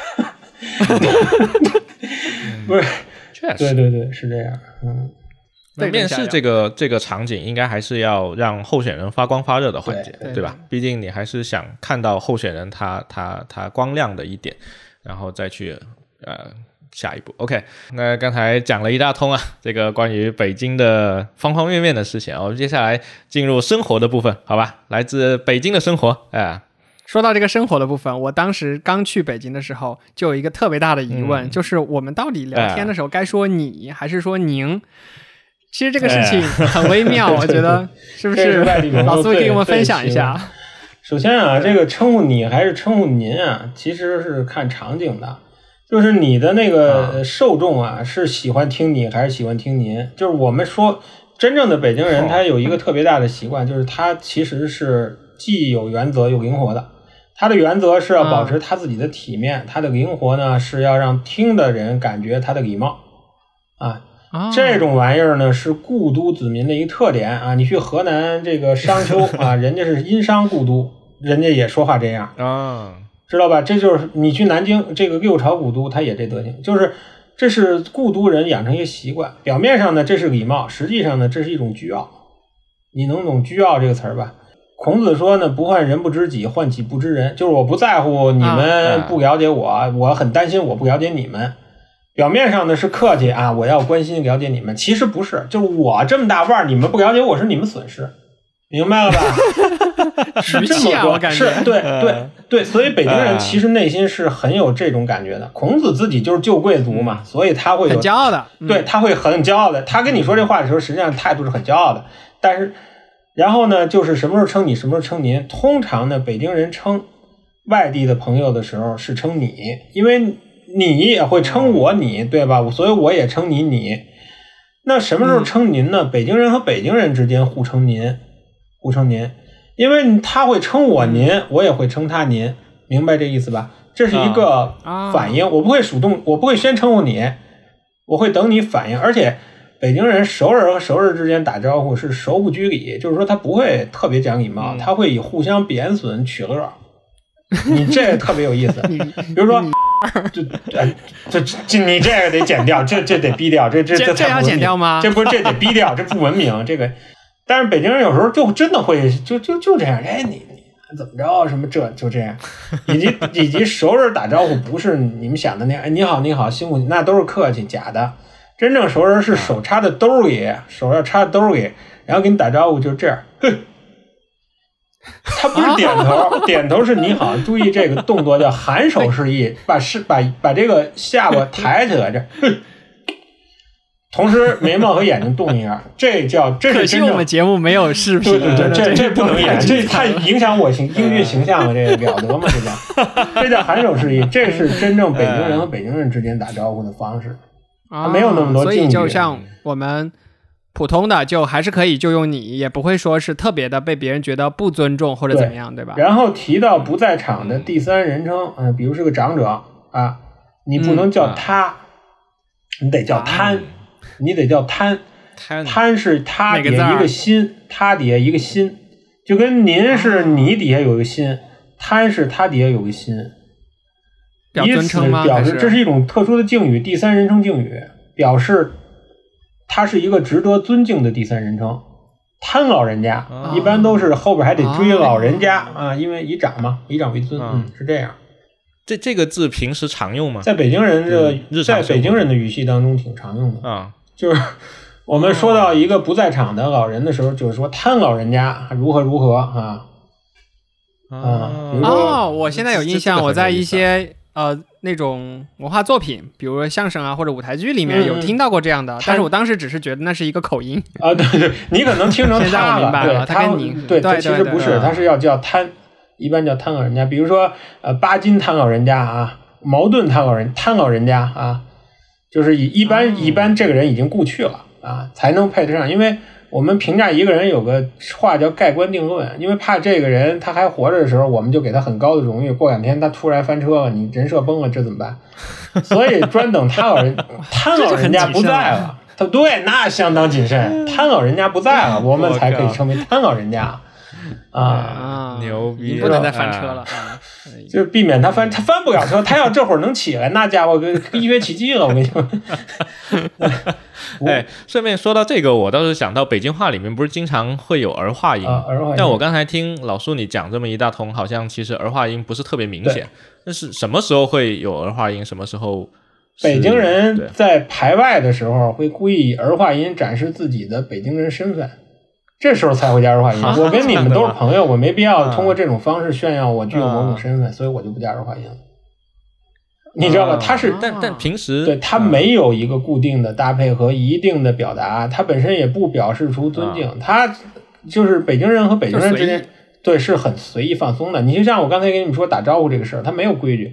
不是， 确实， 对对对，是这样，嗯。 那面试这个这个场景应该还是要让候选人发光发热的环节， 对, 对, 对吧？毕竟你还是想看到候选人他他他光亮的一点，然后再去呃下一步。OK， 那刚才讲了一大通啊，这个关于北京的方方面面的事情，我们接下来进入生活的部分，好吧？来自北京的生活，哎、呃。 说到这个生活的部分，我当时刚去北京的时候就有一个特别大的疑问、嗯、就是我们到底聊天的时候该说你、哎、还是说您？其实这个事情很微妙、哎、我觉得是不是老师会给我们分享一下？ 首先啊，这个称呼你还是称呼您啊，其实是看场景的，就是你的那个受众啊，是喜欢听你还是喜欢听您？就是我们说真正的北京人他有一个特别大的习惯，就是他其实是既有原则有灵活的。他的原则是要保持他自己的体面，嗯、他的灵活呢是要让听的人感觉他的礼貌啊。哦、这种玩意儿呢是故都子民的一个特点啊。你去河南这个商丘啊，人家是殷商故都，人家也说话这样啊， 哦、 知道吧？这就是你去南京这个六朝古都，他也这德行，就是这是故都人养成一个习惯。表面上呢这是礼貌，实际上呢这是一种倨傲。你能懂倨傲这个词儿吧？孔子说呢，不患人不知己，患己不知人，就是我不在乎你们不了解我，啊、我很担心我不了解你们。表面上呢是客气啊，我要关心了解你们，其实不是，就是我这么大腕儿，你们不了解我是你们损失，明白了吧？是这么说， 我感觉是对对对，所以北京人其实内心是很有这种感觉的。孔子自己就是旧贵族嘛，嗯、所以他会有很骄傲的， 对，他会很骄傲的。他跟你说这话的时候，实际上态度是很骄傲的，但是。然后呢，就是什么时候称你，什么时候称您。通常呢，北京人称外地的朋友的时候是称你，因为你也会称我你，对吧？所以我也称你你。那什么时候称您呢？嗯、北京人和北京人之间互称您，互称您，因为他会称我您，我也会称他您，明白这意思吧？这是一个反应，啊、我不会主动，我不会先称呼你，我会等你反应，而且。北京人熟人和熟人之间打招呼是熟不拘礼，就是说他不会特别讲礼貌，嗯、他会以互相贬损取乐。你这个特别有意思，比如说，就这这你这个得剪掉，这这得逼掉，这这这这要剪掉吗？ 这不是这得逼掉，这不文明。这个，但是北京人有时候就真的会就就就这样，哎，你你怎么着？什么这就这样，以及以及熟人打招呼不是你们想的那样，哎，你好你好辛苦，那都是客气假的。真正熟人是手插在兜里，手要插在兜里，然后给你打招呼，就这样，哼。他不是点头，啊、点头是你好，注意这个动作叫含手示意，把是把把这个下巴抬起来，这，哼。同时眉毛和眼睛动一下，这叫这是真正。 可惜我们节目没有视频， 对对对，这这不能演，这太影响我形音乐形象了，这个了得吗？这叫这叫含手示意，这是真正北京人和北京人之间打招呼的方式。他没有那么多敬语， 所以就像我们普通的就还是可以就用你，也不会说是特别的被别人觉得不尊重或者怎么样， 对, 对吧？ 然后提到不在场的第三人称，嗯、呃，比如是个长者啊，你不能叫他，嗯、你得叫摊，啊、你得叫摊，摊是他底下一个心，他底下一个心，就跟您是你底下有个心，摊是他底下有个心。以此表示这是一种特殊的敬语，第三人称敬语，表示他是一个值得尊敬的第三人称。摊老人家、哦、一般都是后边还得追老人家、哦、啊，因为以长嘛，以长为尊，嗯，是这样。 这这个字平时常用吗？ 在北京人的、嗯、在北京人的语系当中挺常用的啊、嗯， 就是我们说到一个不在场的老人的时候，就是说摊老人家如何如何啊。 啊，哦，我现在有印象，我在一些呃那种文化作品，比如说相声啊或者舞台剧里面有听到过这样的，嗯、但是我当时只是觉得那是一个口音啊，对对，你可能听成他了， 现在我明白了， 他跟你对，他其实不是，他是要叫摊，一般叫摊老人家，比如说呃巴金摊老人家啊，茅盾摊老人摊老人家啊，就是以一般、哦、一般这个人已经故去了啊，才能配得上，因为。我们评价一个人有个话叫盖棺定论，因为怕这个人他还活着的时候，我们就给他很高的荣誉，过两天他突然翻车了，你人设崩了，这怎么办？所以专等摊老人摊老人家不在了，他对那相当谨慎，摊老人家不在了，我们才可以称为摊老人家啊， 牛逼， 不能再翻车了，啊、 就是避免他翻，他翻不了车，他要这会儿能起来，那家伙跟医学奇迹了，我跟你说。 哎，顺便说到这个，我倒是想到北京话里面不是经常会有儿化音， 啊、儿化音但我刚才听老苏你讲这么一大通，好像其实儿化音不是特别明显。那是什么时候会有儿化音？什么时候？ 北京人在排外的时候会故意以儿化音展示自己的北京人身份，这时候才会加儿化音。我跟你们都是朋友，我没必要通过这种方式炫耀我具有某种身份，啊、所以我就不加儿化音了。你知道吧？他是， 但但平时对他没有一个固定的搭配和一定的表达，他本身也不表示出尊敬，他就是北京人和北京人之间，对，是很随意放松的。你就像我刚才跟你们说打招呼这个事儿，他没有规矩，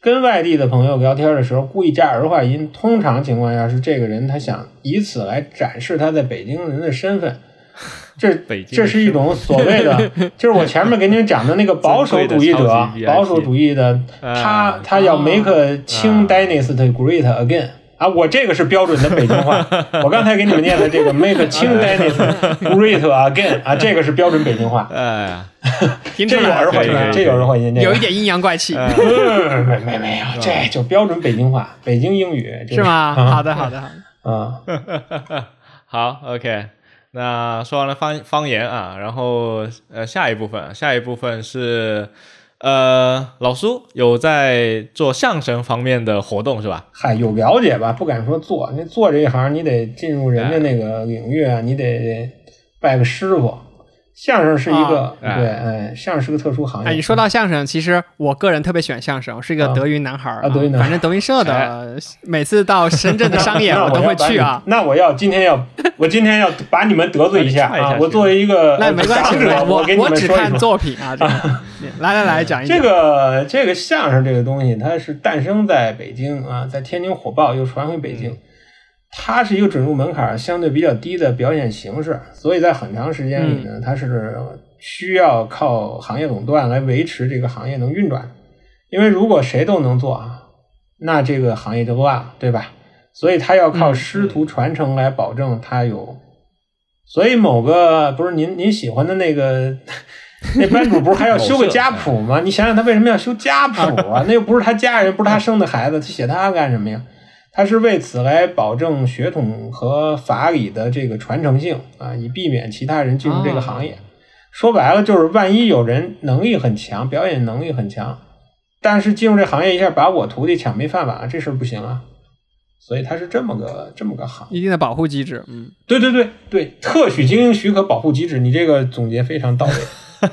跟外地的朋友聊天的时候故意加儿化音，通常情况下是这个人他想以此来展示他在北京人的身份。这这是一种所谓的，就是我前面给你们讲的那个保守主义者，保守主义的，他他要 make 清 dynasty great again 啊，我这个是标准的北京话，我刚才给你们念的这个 make 清 dynasty great again 啊，这个是标准北京话。 哎呀， 这有儿化音，这有儿化音， 有一点阴阳怪气。 没没没有，这就标准北京话，北京英语是吗？好的好的好的。 啊， 好 ，OK。那说完了方方言啊，然后呃下一部分，下一部分是呃老苏有在做相声方面的活动是吧？ 嗨，有了解吧，不敢说做，那做这一行你得进入人家那个领域啊，你得拜个师傅。相声是一个、哦、对，哎，相声是个特殊行业。 哎，你说到相声，其实我个人特别喜欢相声，我是一个德云男孩啊。 啊德云男孩， 反正德云社的，每次到深圳的商演我都会去啊。 那我要今天要，我今天要把你们得罪一下啊！我作为一个那没关系， 我我给你们我只看作品啊。这个、来来来，讲一讲这个这个相声这个东西，它是诞生在北京啊，在天津火爆，又传回北京。嗯，它是一个准入门槛相对比较低的表演形式，所以在很长时间里呢，它是需要靠行业垄断来维持这个行业能运转。因为如果谁都能做啊，那这个行业就乱了，对吧？所以它要靠师徒传承来保证它有。嗯、所以某个不是您您喜欢的那个那班主，不是还要修个家谱吗？你想想他为什么要修家谱啊？那又不是他家人，不是他生的孩子，他写他干什么呀？他是为此来保证血统和法理的这个传承性啊，以避免其他人进入这个行业。哦、说白了就是，万一有人能力很强，表演能力很强，但是进入这行业一下把我徒弟抢没饭碗，这事儿不行啊。所以它是这么个这么个行业， 一定的保护机制。嗯， 对对对对，特许经营许可保护机制，你这个总结非常到位。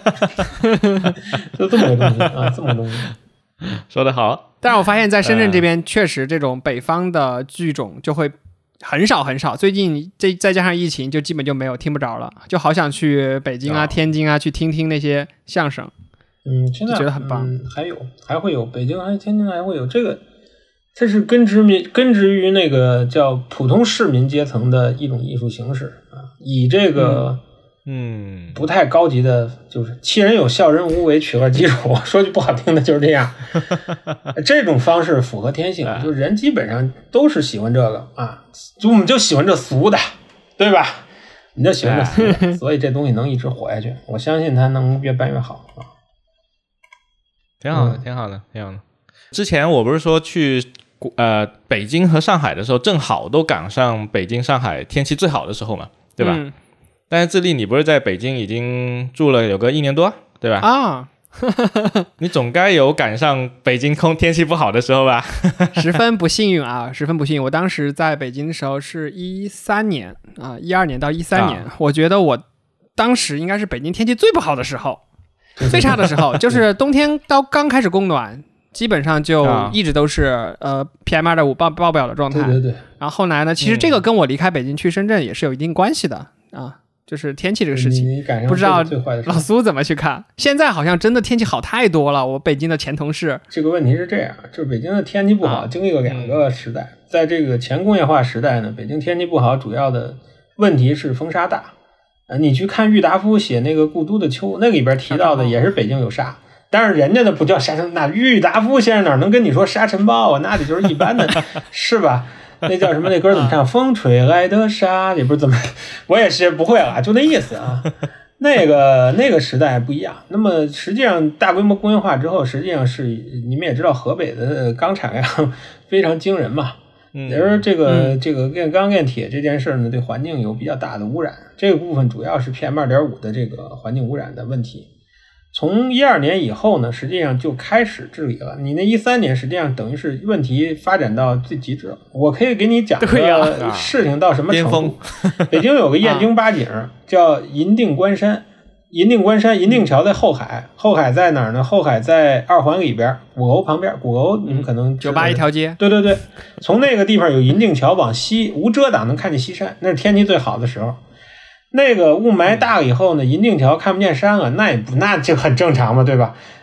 就这么个东西啊，这么个东西。 说得好。 但是我发现在深圳这边确实这种北方的剧种就会很少很少，最近这再加上疫情就基本就没有，听不着了，就好想去北京啊、哦、天津啊去听听那些相声。 嗯，现在觉得很棒、 嗯、还有还会有北京还有天津还会有这个，这是根植民根植于那个叫普通市民阶层的一种艺术形式啊，以这个嗯嗯， 不太高级的，就是欺人有笑人无为取乐基础，说句不好听的就是这样。这种方式符合天性，就是人基本上都是喜欢这个啊，就我们就喜欢这俗的，对吧？你就喜欢这俗的，所以这东西能一直活下去，我相信它能越办越好啊。 挺好的，挺好的，挺好的。之前我不是说去呃北京和上海的时候，正好都赶上北京、上海天气最好的时候嘛，对吧？嗯，但是智利，你不是在北京已经住了有个一年多，对吧？ 啊， 你总该有赶上北京空天气不好的时候吧？ 十分不幸运啊，十分不幸运。我当时在北京的时候是一三年啊，一二年到一三年、啊，我觉得我当时应该是北京天气最不好的时候，最差的时候，就是冬天到刚开始供暖，基本上就一直都是、啊、呃 P M 二点五 爆爆表的状态。 对对对。 然后后来呢，其实这个跟我离开北京去深圳也是有一定关系的啊。就是天气这个事情，不知道老苏怎么去看。现在好像真的天气好太多了。我北京的前同事， 这个问题是这样，就是北京的天气不好，啊、经历了两个时代。在这个前工业化时代呢，北京天气不好，主要的问题是风沙大。呃，你去看郁达夫写那个《故都的秋》，那里边提到的也是北京有沙，但是人家的不叫沙尘，那郁达夫先生哪能跟你说沙尘暴啊？那里就是一般的，是吧？那叫什么？那歌怎么唱？风吹来的沙，也不是怎么，我也是不会了，就那意思啊。那个那个时代不一样。那么实际上大规模工业化之后，实际上是你们也知道，河北的钢产量非常惊人嘛。嗯，而这个、嗯、这个炼钢炼铁这件事呢，对环境有比较大的污染。这个部分主要是 P M 二点五 的这个环境污染的问题。从一二年以后呢，实际上就开始治理了。你那一三年实际上等于是问题发展到最极致了。我可以给你讲个事情到什么程度。北京有个燕京八景、啊、叫银锭关山，银锭关山，银锭桥在后海，后海在哪儿呢？后海在二环里边，鼓楼旁边，鼓楼你们可能九八一条街。 对对对，从那个地方有银锭桥往西，无遮挡能看见西山，那是天气最好的时候。那个雾霾大了以后呢，银锭桥看不见山了，那也不那就很正常嘛，对吧？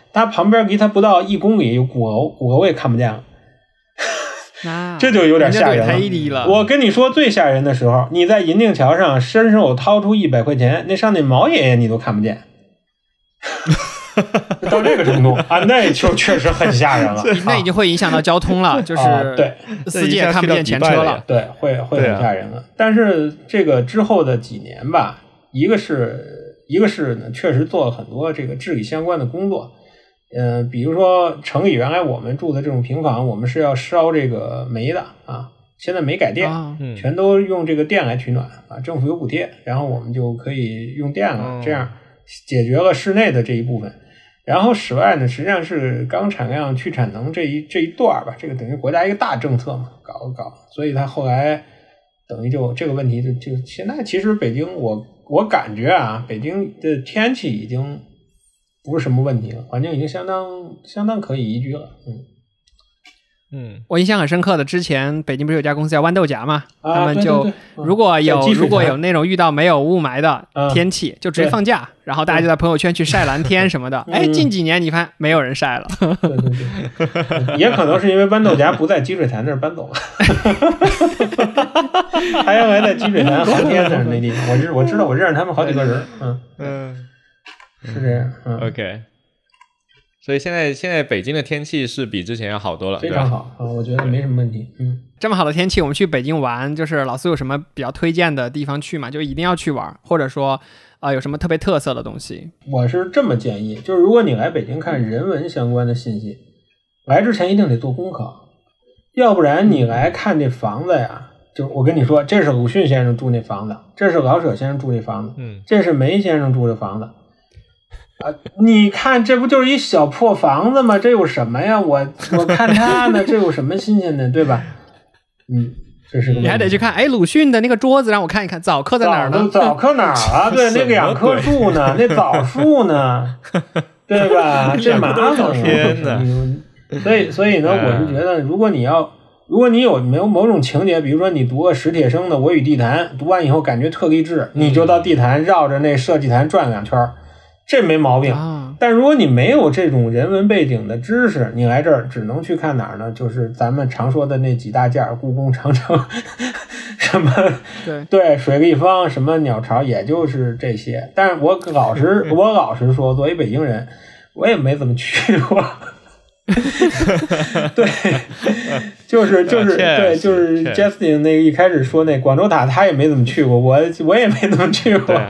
它旁边离它不到一公里有鼓楼，鼓楼也看不见了。 啊、 这就有点吓人了, 太低了。 我跟你说最吓人的时候，你在银锭桥上伸手掏出一百块钱，那上那毛爷爷你都看不见。到这个程度啊，那就确实很吓人了。 那已经会影响到交通了，就是对司机也看不见前车了。 对，会会很吓人了。但是这个之后的几年吧，一个是一个是呢，确实做了很多这个治理相关的工作。嗯、呃，比如说城里原来我们住的这种平房，我们是要烧这个煤的啊，现在煤改电， 啊嗯、 全都用这个电来取暖啊，政府有补贴，然后我们就可以用电了， 哦、 这样解决了室内的这一部分。然后室外呢，实际上是钢产量去产能这一这一段吧，这个等于国家一个大政策嘛，搞一搞，所以它后来等于就这个问题就就现在其实北京我我感觉啊，北京的天气已经不是什么问题了，环境已经相当相当可以宜居了，嗯。 嗯， 我印象很深刻的，之前北京不是有家公司叫豌豆荚嘛、 啊， 他们就对对对、嗯、 如果有如果有那种遇到没有雾霾的天气、 嗯、 就直接放假，然后大家就在朋友圈去晒蓝天什么的。哎、嗯，近几年你看没有人晒了。 对对对，也可能是因为豌豆荚不在积水潭那儿搬走了。他原来在积水潭航天那儿那地方，我知我知道我认识他们好几个人，嗯嗯， 是这样。嗯 OK。所以现在现在北京的天气是比之前要好多了， 非常好啊、嗯，我觉得没什么问题。嗯， 这么好的天气，我们去北京玩，就是老苏有什么比较推荐的地方去吗？就一定要去玩，或者说呃有什么特别特色的东西？ 我是这么建议，就是如果你来北京看人文相关的信息，来之前一定得做功课，要不然你来看这房子呀，就我跟你说，这是鲁迅先生住那房子，这是老舍先生住那房子， 嗯， 这是梅先生住的房子。啊，你看这不就是一小破房子吗？这有什么呀？我我看他呢，这有什么新鲜的，对吧？嗯，这是个问题。 你还得去看，哎，鲁迅的那个桌子让我看一看，枣刻在哪儿呢？ 枣刻哪儿了？对，那两棵树呢？那枣树呢？对吧？这麻烦了。 天哪！ 所以所以呢，我是觉得，如果你要，如果你有没有某种情节，比如说你读个史铁生的《我与地坛》，读完以后感觉特励志，你就到地坛绕着那设计坛转两圈。这没毛病、啊、但如果你没有这种人文背景的知识，你来这儿只能去看哪儿呢？就是咱们常说的那几大件，故宫、长城什么对对水立方什么鸟巢，也就是这些。但是我老实我老实说，作为北京人，我也没怎么去过。对，就是就是对，就是 Justin 那个一开始说那广州塔，他也没怎么去过，我我也没怎么去过。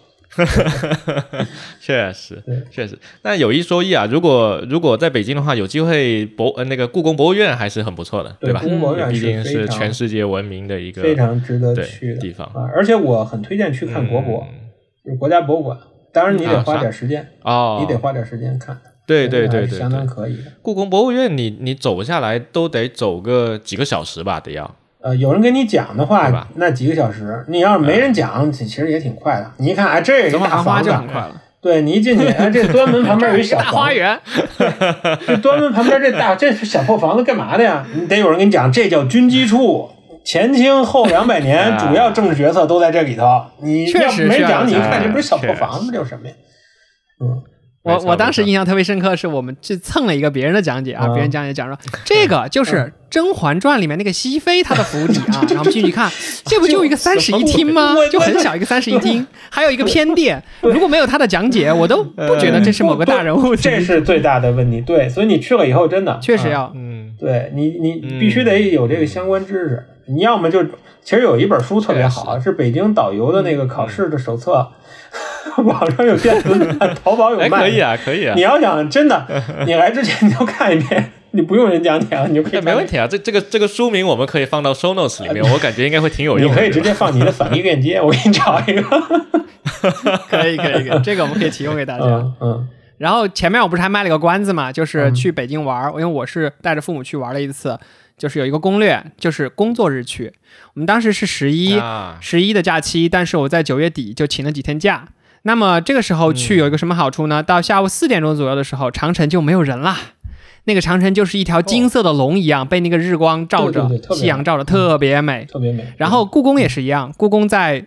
确实确实，那有一说一啊，如果如果在北京的话，有机会博呃那个故宫博物院还是很不错的， 对, 对吧？ 故宫博物院毕竟是全世界闻名的一个非常值得去的地方、 啊、而且我很推荐去看国博、嗯、就是国家博物馆，当然你得花点时间、 啊哦、 你得花点时间看。 对对对 对, 对， 相当可以的。 故宫博物院你你走下来都得走个几个小时吧，得要。 呃，有人给你讲的话，那几个小时，你要是没人讲，其实也挺快的。你一看，哎，这是大房子， 就很快了。 对，你一进去，哎，这端门旁边有一小大花园， 这端门旁边这大这是小破房子干嘛的呀？你得有人给你讲，这叫军机处，前清后两百年主要政治决策都在这里头。你要没讲，你一看这不是小破房子，这有什么呀？嗯。 我我当时印象特别深刻，是我们去蹭了一个别人的讲解啊，别人讲解讲说这个就是《甄嬛传》里面那个熹妃她的府邸啊，然后我们进去看，这不就一个三室一厅吗？就很小一个三室一厅，还有一个偏殿。如果没有他的讲解，我都不觉得这是某个大人物。 这是最大的问题。对，所以你去了以后，真的确实要， 嗯， 对你你必须得有这个相关知识。你要么就其实有一本书特别好，是北京导游的那个考试的手册。网上有电子版，淘宝有卖、 哎、可以啊可以啊。 你要想真的你来之前你就看一遍，你不用人讲解了，你就可以看。 没问题啊，这这个这个书名我们可以放到 show notes 里面，我感觉应该会挺有用的。 你可以直接放你的返利链接，我给你找一个。 可以可以可以，这个我们可以提供给大家。 嗯嗯。 然后前面我不是还卖了个关子嘛，就是去北京玩、嗯、因为我是带着父母去玩了一次，就是有一个攻略，就是工作日去。我们当时是十一十一的假期，但是我在九月底就请了几天假。那么这个时候去有一个什么好处呢？嗯、到下午四点钟左右的时候，长城就没有人啦。那个长城就是一条金色的龙一样，哦、被那个日光照着， 对对对， 夕阳照着，特别美， 特别美。 然后故宫也是一样，故宫在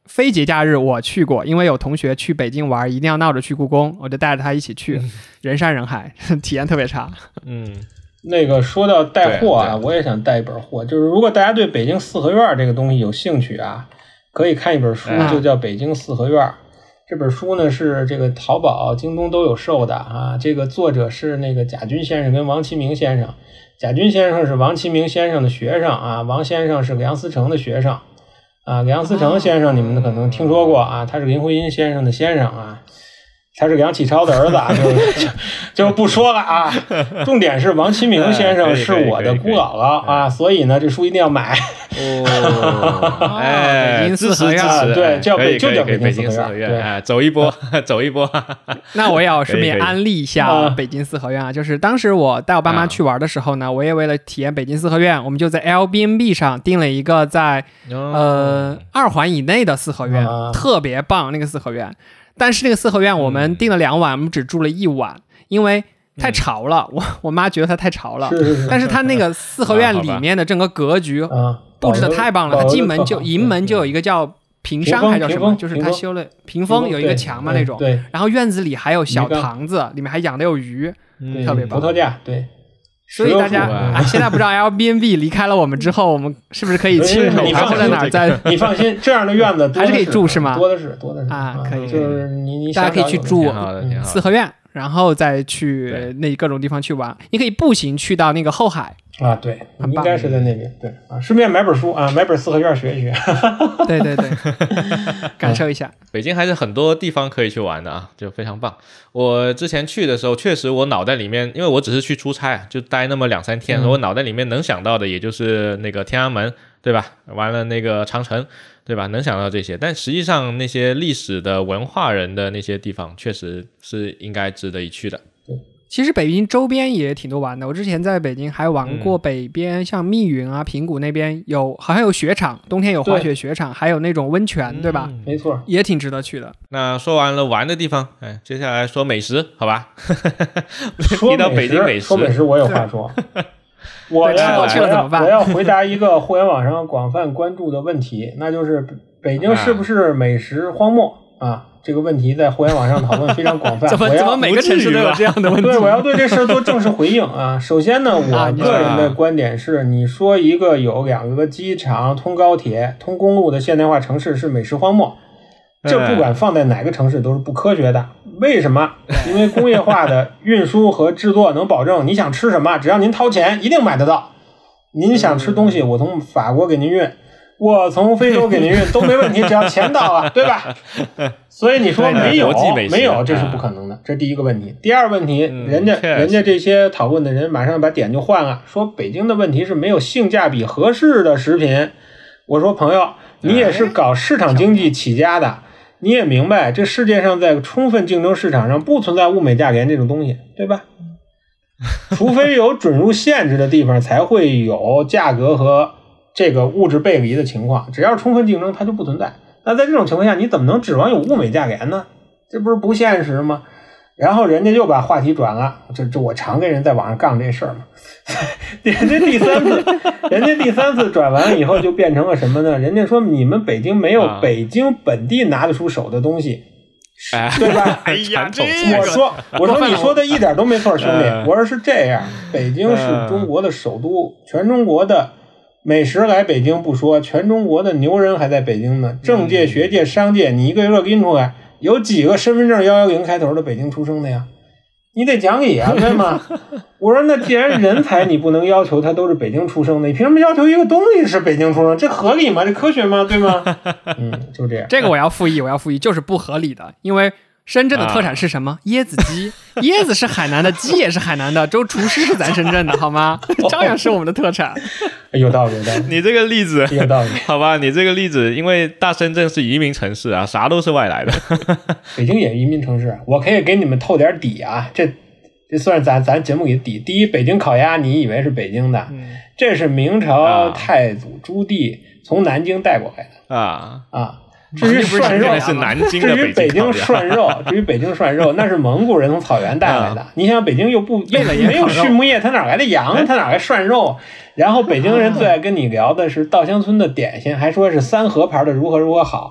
非节假日我去过，因为有同学去北京玩，一定要闹着去故宫，我就带着他一起去，嗯、人山人海，体验特别差。 嗯， 那个说到带货啊，我也想带一本货，就是如果大家对北京四合院这个东西有兴趣啊，可以看一本书，就叫《北京四合院》。嗯、这本书呢是这个淘宝、京东都有售的啊。这个作者是那个贾军先生跟王其明先生。贾军先生是王其明先生的学生啊，王先生是梁思成的学生。啊，梁思成先生你们可能听说过啊，他是林徽因先生的先生啊，他是梁启超的儿子啊，就就就不说了啊。重点是王其明先生是我的姑姥姥啊，所以呢这书一定要买。 哦，哎， 北京四合院， 对，叫北就叫北京四合院，哎，走一波，走一波。 那我也要顺便安利一下北京四合院啊，就是当时我带我爸妈去玩的时候呢，我也为了体验北京四合院，我们就在 Airbnb 上订了一个在呃二环以内的四合院，特别棒那个四合院。但是那个四合院我们订了两晚，我们只住了一晚，因为太潮了，我我妈觉得它太潮了。 是是是， 但是它那个四合院里面的整个格局布置的太棒了，它进门就迎门就有一一个叫屏山还叫什么，就是它修了屏风，有一个墙嘛那种。 对。 然后院子里还有小塘子，里面还养的有鱼，特别棒。 葡萄架，对。 所以大家啊，现在不知道 Airbnb 离开了我们之后，我们是不是可以去你放在哪儿？在你放心，这样的院子还是可以住是吗？ 多的是，多的是啊，可以。 就是你你大家可以去住四合院，然后再去那各种地方去玩。你可以步行去到那个后海啊，对，应该是在那边。对啊，顺便买本书啊，买本四合院学一学。 对对对，感受一下。 北京还是很多地方可以去玩的啊，就非常棒。我之前去的时候，确实我脑袋里面，因为我只是去出差，就待那么两三天，嗯、我脑袋里面能想到的也就是那个天安门，对吧？完了那个长城，对吧？能想到这些，但实际上那些历史的文化人的那些地方，确实是应该值得一去的。 其实北京周边也挺多玩的，我之前在北京还玩过北边，嗯、像密云啊、平谷那边有，好像有雪场，冬天有滑雪雪场，还有那种温泉，嗯、对吧？ 没错， 也挺值得去的。 那说完了玩的地方，哎，接下来说美食，好吧？ 说提到北京美食， 说美食我有话说。我吃过去了怎么办？ 我要回答一个互联网上广泛关注的问题，那就是北京是不是美食荒漠啊？这个问题在互联网上讨论非常广泛。 怎么怎么每个城市都有这样的问题？ 对，我要对这事做正式回应啊。首先呢，我个人的观点是，你说一个有两个机场、通高铁、通公路的现代化城市是美食荒漠，这不管放在哪个城市都是不科学的。为什么？因为工业化的运输和制作能保证你想吃什么，只要您掏钱一定买得到。您想吃东西，我从法国给您运，我从非洲给您运都没问题，只要钱到了，对吧？所以你说没有没有，这是不可能的，这是第一个问题。第二问题，人家人家这些讨论的人马上把点就换了，说北京的问题是没有性价比合适的食品。我说朋友，你也是搞市场经济起家的，你也明白这世界上在充分竞争市场上不存在物美价廉这种东西，对吧？除非有准入限制的地方才会有价格和这个物质背离的情况，只要充分竞争它就不存在。那在这种情况下你怎么能指望有物美价廉呢？这不是不现实吗？然后人家又把话题转了，这这我常跟人在网上杠这事儿嘛。人家第三次人家第三次转完了以后就变成了什么呢？人家说你们北京没有北京本地拿得出手的东西， 啊、 对吧？ 哎呀，这我说我说你说的一点都没错，兄弟。我说是这样，北京是中国的首都，全中国的美食来北京不说，全中国的牛人还在北京呢。政界、学界、商界，你一个一个拎出来，有几个身份证幺幺零开头的北京出生的呀？你得讲理啊，对吗？我说那既然人才你不能要求他都是北京出生的，你凭什么要求一个东西是北京出生？这合理吗？这科学吗？对吗？嗯，就这样。 这个我要复议，我要复议，就是不合理的，因为深圳的特产是什么？啊、椰子鸡，椰子是海南的，鸡也是海南的，周厨师是咱深圳的，好吗？照样是我们的特产。 有道理，有道理。 你这个例子有道理， 好吧？你这个例子，因为大深圳是移民城市啊，啥都是外来的。 北京也移民城市，我可以给你们透点底啊，这这算是咱咱节目里的底。第一，北京烤鸭，你以为是北京的？嗯、这是明朝太祖朱棣从南京带过来的啊啊。至于涮肉是南京的至于北京涮肉，至于北京涮肉，那是蒙古人从草原带来的。啊、你想北京又不又没有畜牧业，他哪来的羊？他哪来涮肉？然后北京人最爱跟你聊的是稻香村的点心，还说是三合牌的如何如何好。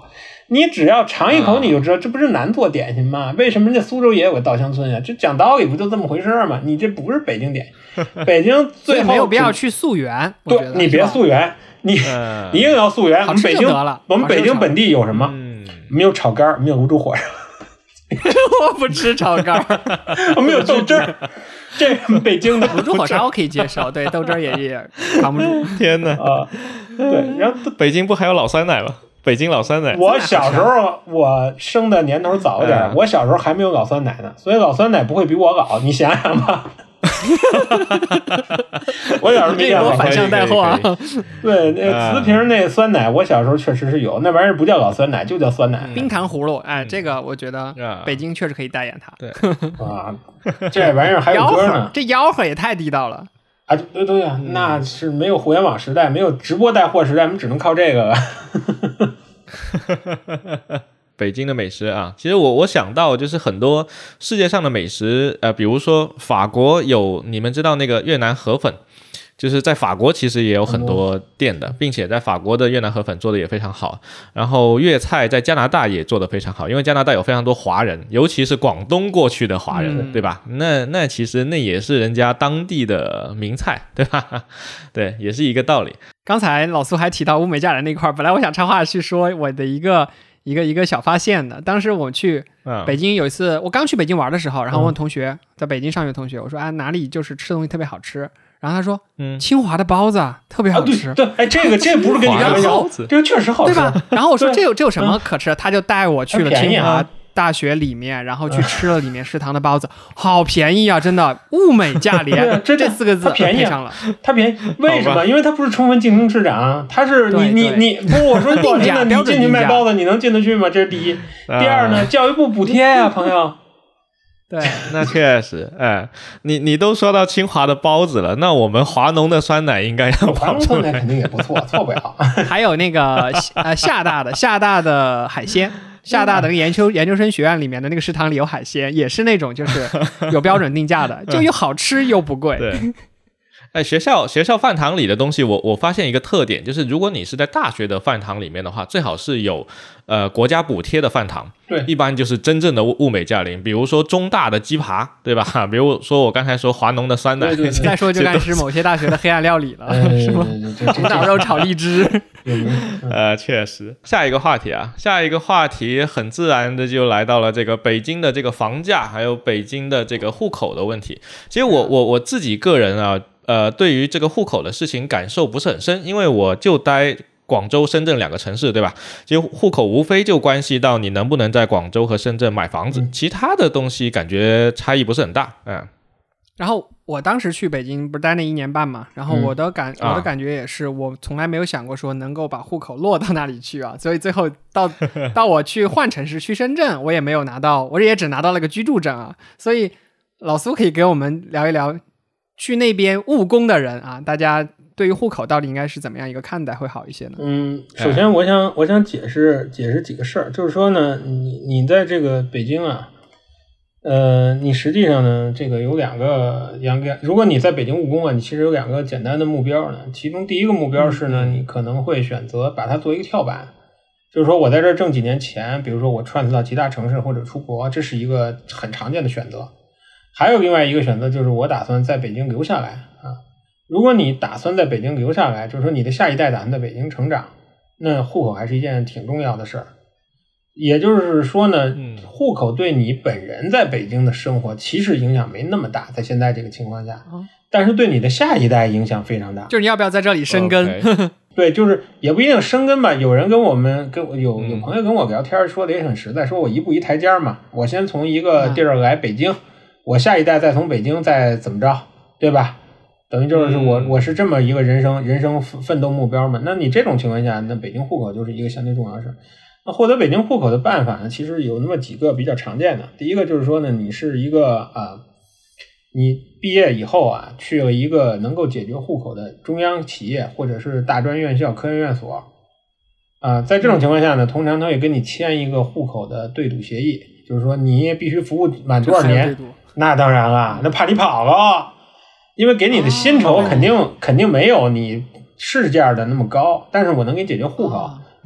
你只要尝一口你就知道，这不是难做点心吗？为什么这苏州也有个稻香村呀？这讲道理不就这么回事吗？你这不是北京点心，北京最后没有必要去溯源。 对，你别溯源，你、嗯、你硬要溯源，我们北京我们北京本地有什么？嗯、没有炒肝，没有卤煮火烧。 我不吃炒肝， 我没有豆汁儿。这北京的卤煮火烧我可以接受，对豆汁儿也也扛不住。 天哪啊！对，然后北京不还有老酸奶吗？北京老酸奶。 我小时候我生的年头早一点，嗯、我小时候还没有老酸奶呢，所以老酸奶不会比我老，你想想吧。我小时候没见过， 反向带货啊。 对，那个瓷瓶那酸奶，我小时候确实是有，那玩意儿不叫老酸奶，就叫酸奶。 冰糖葫芦，哎，这个我觉得北京确实可以代言它。 对啊，这玩意儿还有歌呢， 这吆喝也太地道了啊！对对呀、啊，嗯、那是没有互联网时代，没有直播带货时代，我们只能靠这个了。 北京的美食啊，其实我我想到就是很多世界上的美食，呃，比如说法国有，你们知道那个越南河粉，就是在法国其实也有很多店的，并且在法国的越南河粉做的也非常好。然后粤菜在加拿大也做得非常好，因为加拿大有非常多华人，尤其是广东过去的华人，嗯、对吧？那那其实那也是人家当地的名菜，对吧？对，也是一个道理。 刚才老苏还提到物美价廉那块，本来我想插话去说我的一个。一个一个小发现的，当时我去北京有一次，嗯、我刚去北京玩的时候，然后问同学，嗯、在北京上学同学，我说啊哪里就是吃东西特别好吃，然后他说，嗯，清华的包子特别好吃， 啊、对, 对，哎，这个这不是跟你开玩笑，这个确实好吃， 对吧？然后我说这有这有什么可吃的？他就带我去了清华大学里面，然后去吃了里面食堂的包子，好便宜啊，真的物美价廉， 这这四个字便宜上了， 它便宜，为什么？因为它不是充分竞争市场，它是你你你不，我说定价你进去卖包子，你能进得去吗？这是第一。第二呢，教育部补贴呀，朋友。 对， 那确实，哎，你你都说到清华的包子了，那我们华农的酸奶应该要华农酸奶肯定也不错，错不了。 还有那个呃厦大的厦大的海鲜。厦大的研究研究生学院里面的那个食堂里有海鲜，也是那种就是有标准定价的，就又好吃又不贵。 对，哎，学校学校饭堂里的东西，我我发现一个特点，就是如果你是在大学的饭堂里面的话，最好是有呃国家补贴的饭堂。 对， 一般就是真正的物美价廉，比如说中大的鸡扒，对吧？比如说我刚才说华农的酸奶， 对对对再说就该是某些大学的黑暗料理了，是吗？猪脑肉炒荔枝。 呃，确实。下一个话题啊，下一个话题很自然的就来到了这个北京的这个房价，还有北京的这个户口的问题。其实我我我自己个人啊，呃，对于这个户口的事情感受不是很深，因为我就待广州、深圳两个城市，对吧？其实户口无非就关系到你能不能在广州和深圳买房子，其他的东西感觉差异不是很大，嗯。 然后我当时去北京不是待那一年半嘛，然后我的感、嗯、我的感觉也是，我从来没有想过说能够把户口落到那里去啊，所以最后到到我去换城市去深圳，我也没有拿到，我也只拿到了个居住证啊。所以老苏可以给我们聊一聊去那边务工的人啊，大家对于户口到底应该是怎么样一个看待会好一些呢？ 嗯，首先我想我想解释解释几个事儿，就是说呢，你你在这个北京啊。呃，你实际上呢，这个有两个两个，如果你在北京务工啊，你其实有两个简单的目标呢。其中第一个目标是呢，你可能会选择把它做一个跳板，就是说我在这儿挣几年钱，比如说我transfer到其他城市或者出国，这是一个很常见的选择。还有另外一个选择就是我打算在北京留下来啊。如果你打算在北京留下来，就是说你的下一代打算在北京成长，那户口还是一件挺重要的事儿。也就是说呢，户口对你本人在北京的生活其实影响没那么大，在现在这个情况下，但是对你的下一代影响非常大。 就是你要不要在这里生根？ Okay. 对，就是也不一定生根吧。有人跟我们跟有有朋友跟我聊天说的也很实在，说我一步一台阶嘛，我先从一个地儿来北京，我下一代再从北京再怎么着，对吧？等于就是我我是这么一个人生人生奋斗目标嘛。那你这种情况下，那北京户口就是一个相对重要的事。那获得北京户口的办法呢，其实有那么几个比较常见的。第一个就是说呢，你是一个啊、呃，你毕业以后啊，去了一个能够解决户口的中央企业或者是大专院校、科研院所啊、呃，在这种情况下呢，通常他会跟你签一个户口的对赌协议，就是说你必须服务满多少年。那当然了，那怕你跑了，因为给你的薪酬肯定、哦、肯定没有你市价的那么高，但是我能给你解决户口。哦，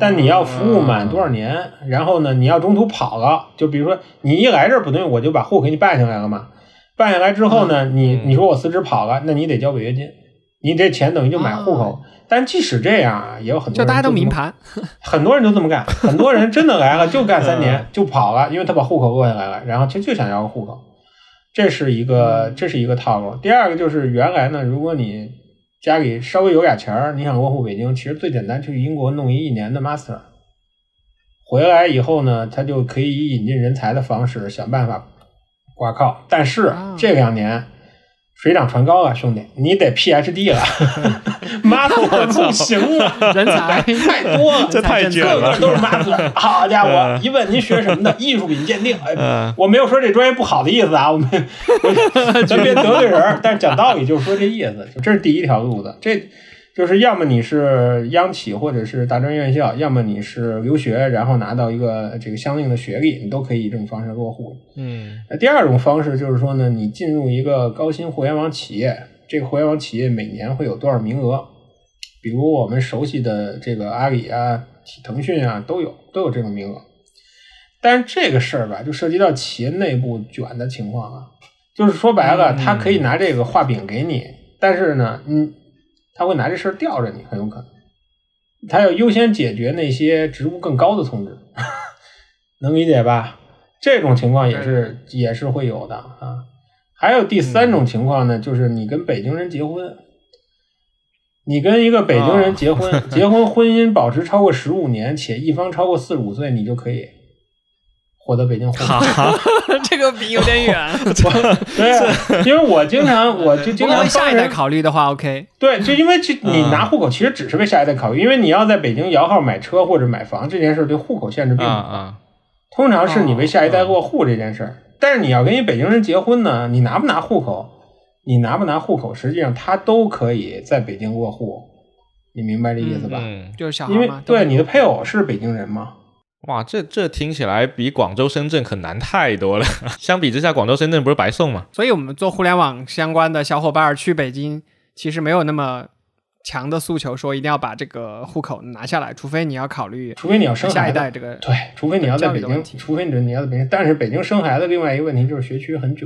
但你要服务满多少年，嗯、然后呢，你要中途跑了，就比如说你一来这儿不对，我就把户给你办下来了嘛。办下来之后呢，嗯、你你说我辞职跑了，那你得交违约金，你这钱等于就买户口。哦、但即使这样啊，也有很多人就大家都明盘， 很多人都这么干，很多人真的来了就干三年、嗯、就跑了，因为他把户口落下来了，然后就就想要个户口，这是一个这是一个套路。第二个就是原来呢，如果你家里稍微有点钱，你想落户北京，其实最简单去英国弄一一年的 master， 回来以后呢，他就可以以引进人才的方式想办法挂靠。但是这两年水涨船高了，兄弟，你得 P H D 了，master 不行了， 人才太多了， 这太卷了， 个个都是 master。好家伙，一问您学什么的，艺术品鉴定，哎，我没有说这专业不好的意思啊，我们我咱别得罪人，但是讲道理就是说这意思，这是第一条路子，这就是要么你是央企或者是大专院校，要么你是留学，然后拿到一个这个相应的学历，你都可以以这种方式落户。 嗯， 第二种方式就是说呢，你进入一个高新互联网企业，这个互联网企业每年会有多少名额？比如我们熟悉的这个阿里啊、腾讯啊，都有都有这种名额。但是这个事儿吧，就涉及到企业内部卷的情况啊，就是说白了，他可以拿这个画饼给你，但是呢，嗯。他会拿这事儿吊着你，很有可能。他要优先解决那些职务更高的同志，能理解吧？这种情况也是也是会有的啊。还有第三种情况呢，就是你跟北京人结婚，你跟一个北京人结婚，哦、结婚婚姻保持超过十五年，且一方超过四十五岁，你就可以获得北京户口。 这个比有点远。 对，因为我经常我就经常为下一代考虑的话 OK。 对，就因为你拿户口其实只是为下一代考虑，因为你要在北京摇号买车或者买房这件事对户口限制并不大、 啊啊、 通常是你为下一代落户这件事、啊、但是你要跟一北京人结婚呢，你拿不拿户口你拿不拿户口实际上他都可以在北京落户，你明白这意思吧？ 嗯，就是小孩嘛，因为对你的配偶是北京人嘛。 哇，这这听起来比广州、深圳可难太多了。相比之下，广州、深圳不是白送吗？ 所以我们做互联网相关的小伙伴去北京，其实没有那么强的诉求，说一定要把这个户口拿下来，除非你要考虑， 除非你要生下一代这个， 对，除非你要在北京，除非你要在北京。但是北京生孩子，另外一个问题就是学区很卷，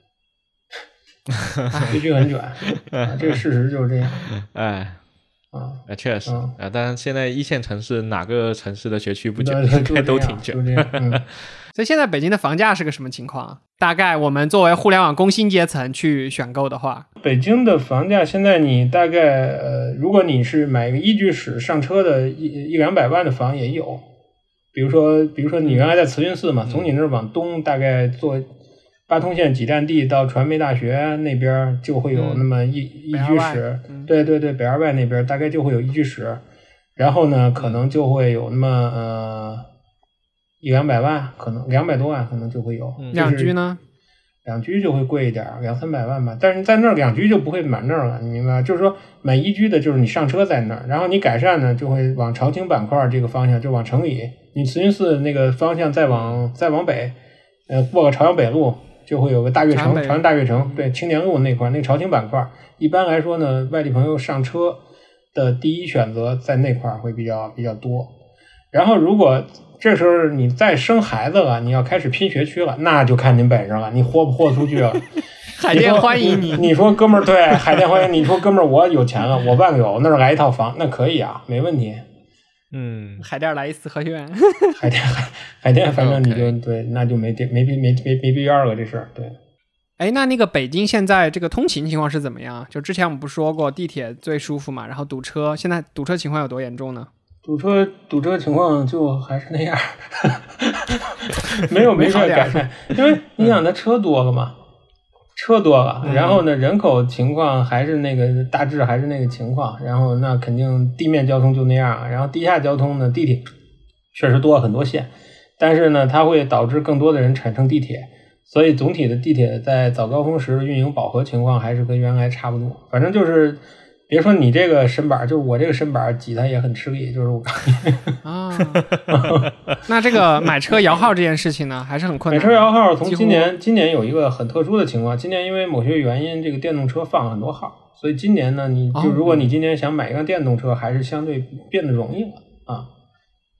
学区很卷，啊、这个事实就是这样。 哎。 啊， 确实、 嗯、 啊，但是现在一线城市哪个城市的学区不卷？应该都挺卷。 嗯、 所以现在北京的房价是个什么情况？大概我们作为互联网工薪阶层去选购的话， 北京的房价现在你大概呃，如果你是买一个一居室上车的一一两百万的房也有，比如说比如说你原来在慈云寺嘛，嗯、从你那儿往东大概坐八通线几站地到传媒大学那边就会有那么一、嗯、一居室、嗯、对对对，北二外那边大概就会有一居室，然后呢可能就会有那么呃一两百万，可能两百多万可能就会有、 嗯就是、两居呢两居就会贵一点，两三百万吧，但是在那儿两居就不会满那儿了，你明白？就是说买一居的就是你上车在那儿，然后你改善呢就会往朝清板块这个方向，就往城里，你慈云寺那个方向再往再往北呃过个朝阳北路就会有个大悦城，朝阳大悦城，对，青年路那块那个朝清板块，一般来说呢，外地朋友上车的第一选择在那块会比较比较多。然后如果这时候你再生孩子了，你要开始拼学区了，那就看您本事了，你豁不豁出去了。 海淀欢迎你， 你说哥们儿，对，海淀欢迎你，你说哥们儿我有钱了，我万有那儿来一套房，那可以啊，没问题。 嗯， 海淀来一四合院， 海淀海海淀，反正你就、okay. 对，那就没没没没没没必要了这事儿。对， 哎，那那个北京现在这个通勤情况是怎么样？就之前我们不说过地铁最舒服嘛，然后堵车，现在堵车情况有多严重呢？ 堵车堵车情况就还是那样，没有没啥改善，因为你想它车多了嘛。车多了，然后呢，人口情况还是那个大致还是那个情况，然后那肯定地面交通就那样，然后地下交通呢，地铁确实多了很多线，但是呢，它会导致更多的人产生地铁，所以总体的地铁在早高峰时运营饱和情况还是跟原来差不多。反正就是别说你这个身板，就是我这个身板挤它也很吃力，就是我啊。那这个买车摇号这件事情呢，还是很困难。 买车摇号从今年今年有一个很特殊的情况，今年因为某些原因，这个电动车放很多号，所以今年呢，你就如果你今年想买一辆电动车，还是相对变得容易了啊。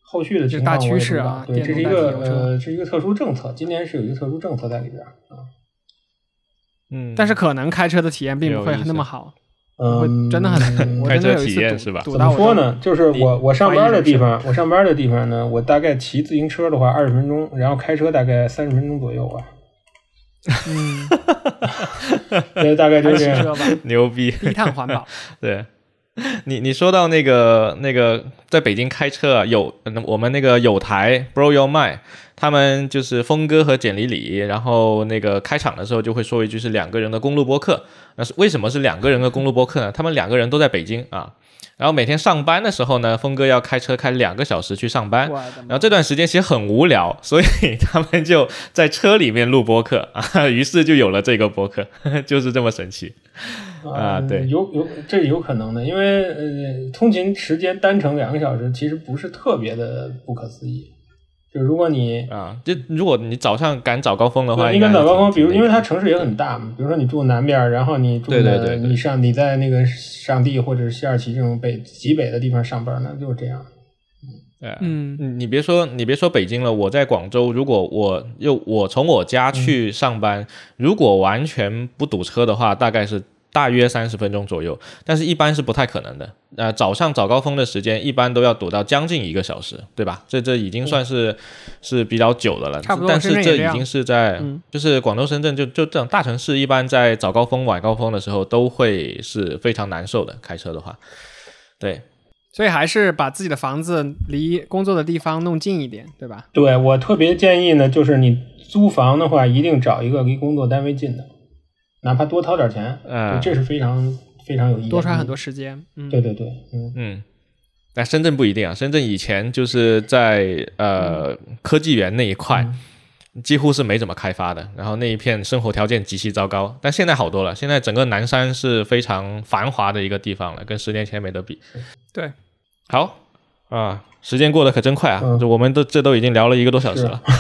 后续的情况大趋势啊， 对，这是一个呃，这是一个特殊政策，今年是有一个特殊政策在里边啊。 嗯，但是可能开车的体验并不会那么好， 嗯， 真的很，我真的有一次是吧？ 怎么说呢？就是我我上班的地方，我上班的地方呢，我大概骑自行车的话二十分钟，然后开车大概三十分钟左右吧。 嗯， 对，大概就是这样。 牛逼， 低碳环保。 对。你你说到那个那个在北京开车啊，有我们那个有台 Blow Your Mind， 他们就是峰哥和简里里，然后那个开场的时候就会说一句是两个人的公路播客。那是为什么是两个人的公路播客呢？他们两个人都在北京啊。然后每天上班的时候呢，峰哥要开车开两个小时去上班，然后这段时间其实很无聊，所以他们就在车里面录播客啊，于是就有了这个播客，就是这么神奇啊！对， 有有这是有可能的，因为呃，通勤时间单程两个小时，其实不是特别的不可思议。就如果你啊，就如果你早上赶早高峰的话， 你赶早高峰，比如因为它城市也很大嘛，比如说你住南边，然后你住的你上你在那个上地或者是西二旗这种北极北的地方上班，那就是这样。 对，嗯，你别说你别说北京了，我在广州，如果我又我从我家去上班，嗯、如果完全不堵车的话，大概是大约三十分钟左右，但是一般是不太可能的。呃，早上早高峰的时间一般都要堵到将近一个小时，对吧？这这已经算是、嗯、是比较久的了。 差不多， 但是这已经是在、 嗯、 就是广州、深圳就就这种大城市，一般在早高峰、晚高峰的时候都会是非常难受的，开车的话。对。 所以还是把自己的房子离工作的地方弄近一点，对吧？ 对，我特别建议呢，就是你租房的话，一定找一个离工作单位近的。哪怕多掏点钱，嗯，这是非常非常有意义的， 多花很多时间。嗯， 对对对，嗯嗯。但深圳不一定啊，深圳以前就是在呃、嗯、科技园那一块、嗯，几乎是没怎么开发的，然后那一片生活条件极其糟糕。但现在好多了，现在整个南山是非常繁华的一个地方了，跟十年前没得比。 对， 好啊，时间过得可真快啊！嗯、我们都这都已经聊了一个多小时了，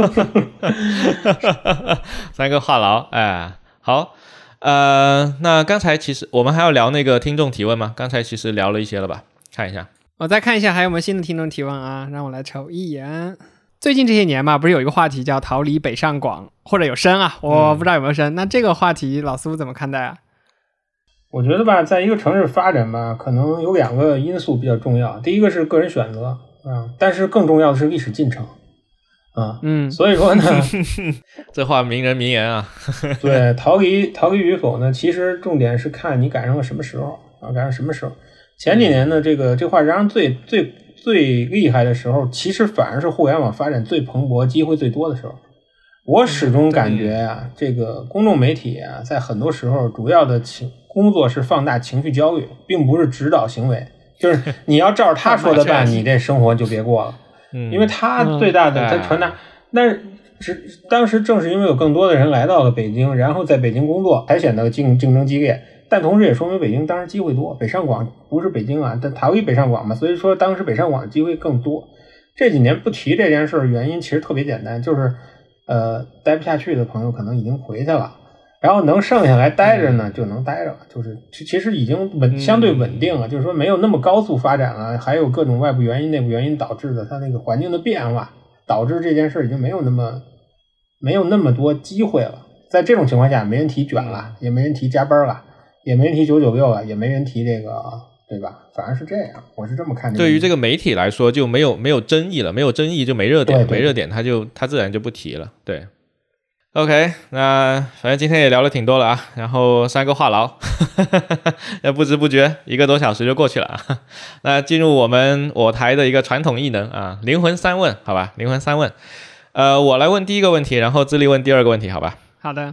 三个话痨，哎。好，呃，那刚才其实我们还要聊那个听众提问吗？刚才其实聊了一些了吧？看一下， 我再看一下还有没有新的听众提问啊？让我来瞅一眼。最近这些年嘛，不是有一个话题叫逃离北上广，或者有深啊？我不知道有没有深。嗯、那这个话题老苏怎么看待啊？ 我觉得吧，在一个城市发展吧，可能有两个因素比较重要。第一个是个人选择啊，但是更重要的是历史进程。啊， 嗯， 所以说呢， 这话名人名言啊。 对，逃离逃离与否呢，其实重点是看你赶上了什么时候啊，赶上什么时候。前几年呢，这个这话痨最最最厉害的时候，其实反而是互联网发展最蓬勃、机会最多的时候。我始终感觉啊，嗯、这个公众媒体啊，在很多时候主要的情工作是放大情绪焦虑，并不是指导行为。就是你要照着他说的办，你这生活就别过了。嗯，因为他最大的他传达，但是当时正是因为有更多的人来到了北京，然后在北京工作，才显得竞竞争激烈。但同时也说明北京当时机会多，北上广不是北京啊，但逃离北上广嘛，所以说当时北上广的机会更多。这几年不提这件事原因其实特别简单，就是呃待不下去的朋友可能已经回去了。然后能剩下来待着呢，就能待着，就是其实已经稳相对稳定了，就是说没有那么高速发展了，还有各种外部原因、内部原因导致的它那个环境的变化，导致这件事已经没有那么没有那么多机会了。在这种情况下，没人提卷了，也没人提加班了，也没人提九九六了，也没人提这个，对吧？反而是这样，我是这么看。 对于这个媒体来说，就没有没有争议了，没有争议就没热点， 对对没热点它就它自然就不提了，对。OK， 那反正今天也聊了挺多了啊，然后三个话痨，也不知不觉一个多小时就过去了啊。那进入我们我台的一个传统艺能啊，灵魂三问，好吧？灵魂三问，呃，我来问第一个问题，然后智利问第二个问题，好吧？ 好的。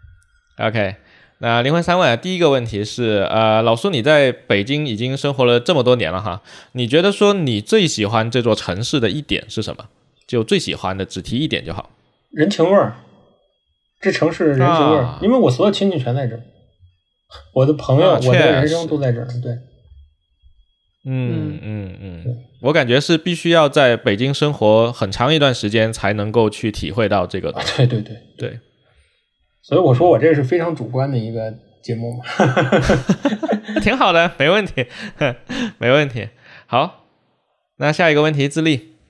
OK， 那灵魂三问，第一个问题是，呃，老苏你在北京已经生活了这么多年了哈，你觉得说你最喜欢这座城市的一点是什么？就最喜欢的，只提一点就好。 人情味儿。这城市人情味儿、啊，因为我所有亲戚全在这儿，我的朋友、啊、我的人生都在这儿。对， 嗯嗯嗯，我感觉是必须要在北京生活很长一段时间才能够去体会到这个东西。 啊、对对对对， 所以我说我这是非常主观的一个节目嘛， 挺好的，没问题，没问题。好，那下一个问题，自立。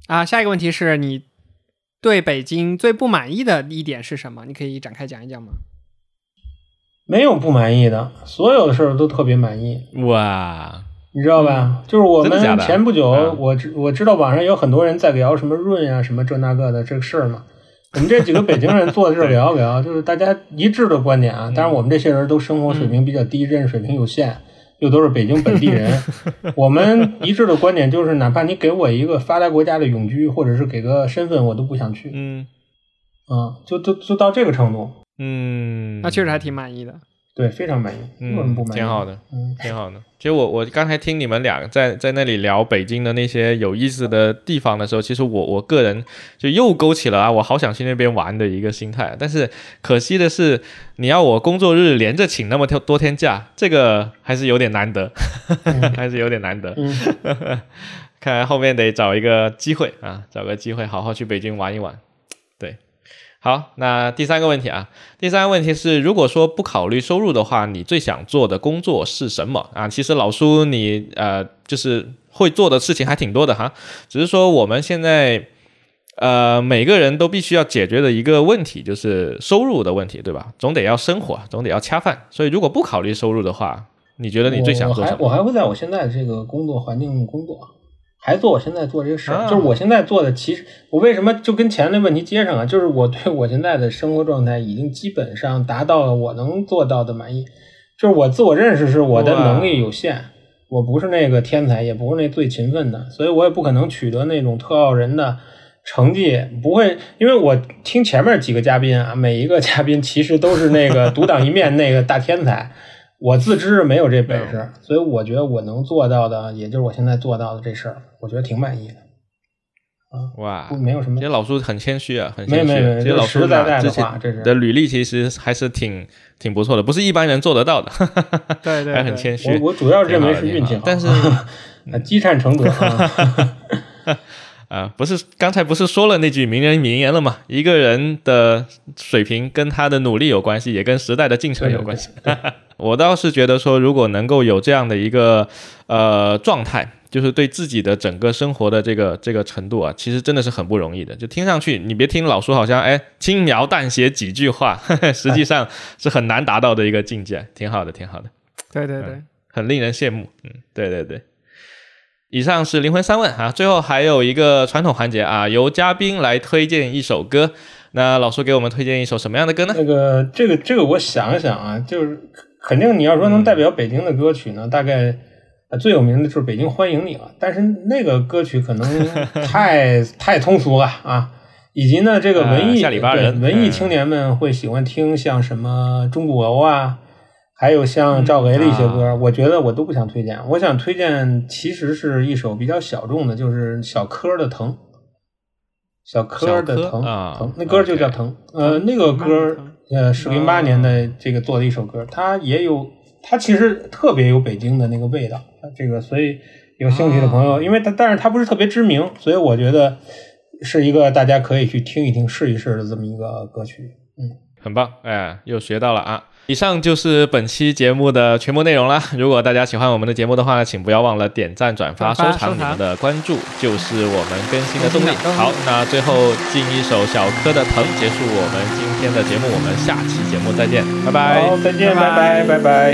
啊，下一个问题是你对北京最不满意的一点是什么？你可以展开讲一讲吗？ 没有不满意的，所有的事儿都特别满意。 哇， 你知道吧？嗯、就是我们前不久， 啊、 我知我知道网上有很多人在聊什么润啊、什么这那个的这个事儿嘛。我们这几个北京人坐在这儿聊聊，就是大家一致的观点啊。当然，我们这些人都生活水平比较低，认识水平有限，又都是北京本地人。我们一致的观点就是，哪怕你给我一个发达国家的永居，或者是给个身份，我都不想去。 嗯， 啊，就就就到这个程度。 嗯， 那确实还挺满意的。 对，非常满意， 嗯， 为什么不满意？ 挺好的， 嗯， 挺好的。其实我我刚才听你们俩在在那里聊北京的那些有意思的地方的时候，其实我我个人就又勾起了啊，我好想去那边玩的一个心态。但是可惜的是，你要我工作日连着请那么多天假，这个还是有点难得， 嗯、 还是有点难得。 嗯、 看来后面得找一个机会啊，找个机会好好去北京玩一玩。对。好，那第三个问题啊，第三个问题是，如果说不考虑收入的话，你最想做的工作是什么啊？其实老叔你呃，就是会做的事情还挺多的哈，只是说我们现在呃每个人都必须要解决的一个问题就是收入的问题，对吧？总得要生活，总得要恰饭，所以如果不考虑收入的话，你觉得你最想做什么？ 我还我还会在我现在这个工作环境工作。还做我现在做这个事儿、啊，就是我现在做的，其实我为什么就跟前面的问题接上啊？就是我对我现在的生活状态已经基本上达到了我能做到的满意。就是我自我认识是我的能力有限，我不是那个天才，也不是那最勤奋的，所以我也不可能取得那种特傲人的成绩，不会。因为我听前面几个嘉宾啊，每一个嘉宾其实都是那个独当一面那个大天才。我自知没有这本事、嗯，所以我觉得我能做到的，也就是我现在做到的这事儿，我觉得挺满意的。啊， 哇， 没有什么。 其实老叔很谦虚啊，很谦虚。 没没没， 其实老叔在在之前的履历其实还是挺挺不错的，不是一般人做得到的。 对 对, 对， 还很谦虚。 我我主要认为是运气好， 但是积善成德啊。 啊，不是，刚才不是说了那句名人名言了吗？一个人的水平跟他的努力有关系，也跟时代的进程有关系。 对对对我倒是觉得说，如果能够有这样的一个呃状态，就是对自己的整个生活的这个这个程度啊，其实真的是很不容易的。就听上去，你别听老叔好像哎轻描淡写几句话，呵呵实际上是很难达到的一个境界。挺好的，挺好的。 对对对、 嗯，很令人羡慕。嗯，对对对。以上是灵魂三问啊，最后还有一个传统环节啊，由嘉宾来推荐一首歌。那老叔给我们推荐一首什么样的歌呢？ 那个这个这个我想一想啊，就是肯定你要说能代表北京的歌曲呢，嗯、大概最有名的就是《北京欢迎你》了。但是那个歌曲可能太太通俗了啊，以及呢这个文艺、 啊、下里巴人文艺青年们会喜欢听像什么钟鼓楼啊。还有像赵雷的一些歌、嗯啊、我觉得我都不想推荐。我想推荐其实是一首比较小众的，就是小柯的疼。小柯的疼啊， 疼，那歌就叫疼。呃， 疼那个歌呃是零八年的这个做的一首歌，它也有，它其实特别有北京的那个味道。这个所以有兴趣的朋友，啊、因为它但是它不是特别知名，所以我觉得是一个大家可以去听一听、试一试的这么一个歌曲。嗯， 很棒，哎，又学到了啊。以上就是本期节目的全部内容啦。如果大家喜欢我们的节目的话呢，请不要忘了点赞、转发、收藏，你们的关注就是我们更新的动力。好，那最后进一首小柯的《疼》，结束我们今天的节目，我们下期节目再见，拜拜。 好，再见，拜拜，拜拜。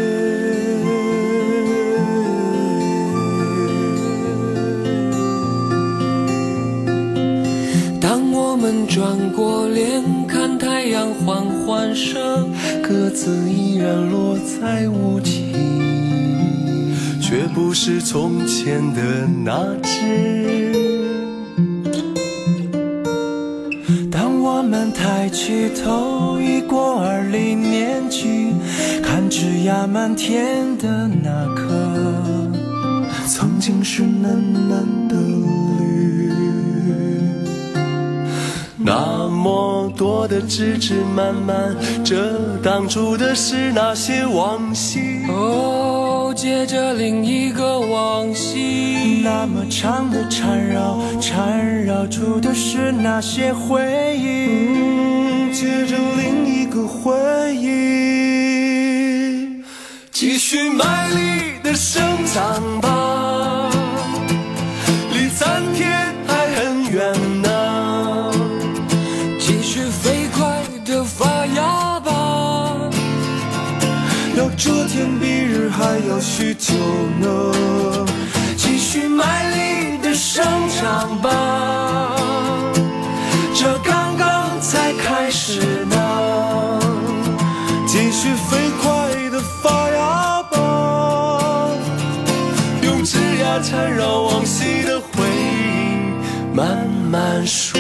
当我们转过脸看太阳缓缓升，鸽子依然落在屋脊，却不是从前的那只。当我们抬起头已过二零年纪，看枝桠漫天的那棵曾经是嫩嫩的绿，那么多的枝枝蔓蔓，这当初的是那些往昔，哦，接着另一个往昔，那么长的缠绕，缠绕出的是那些回忆，嗯，接着另一个回忆，继续卖力的生长吧，离残天还很要这天比日还要许久呢，继续卖力的生长吧，这刚刚才开始呢，继续飞快的发芽吧，用枝桠缠绕往昔的回忆慢慢说。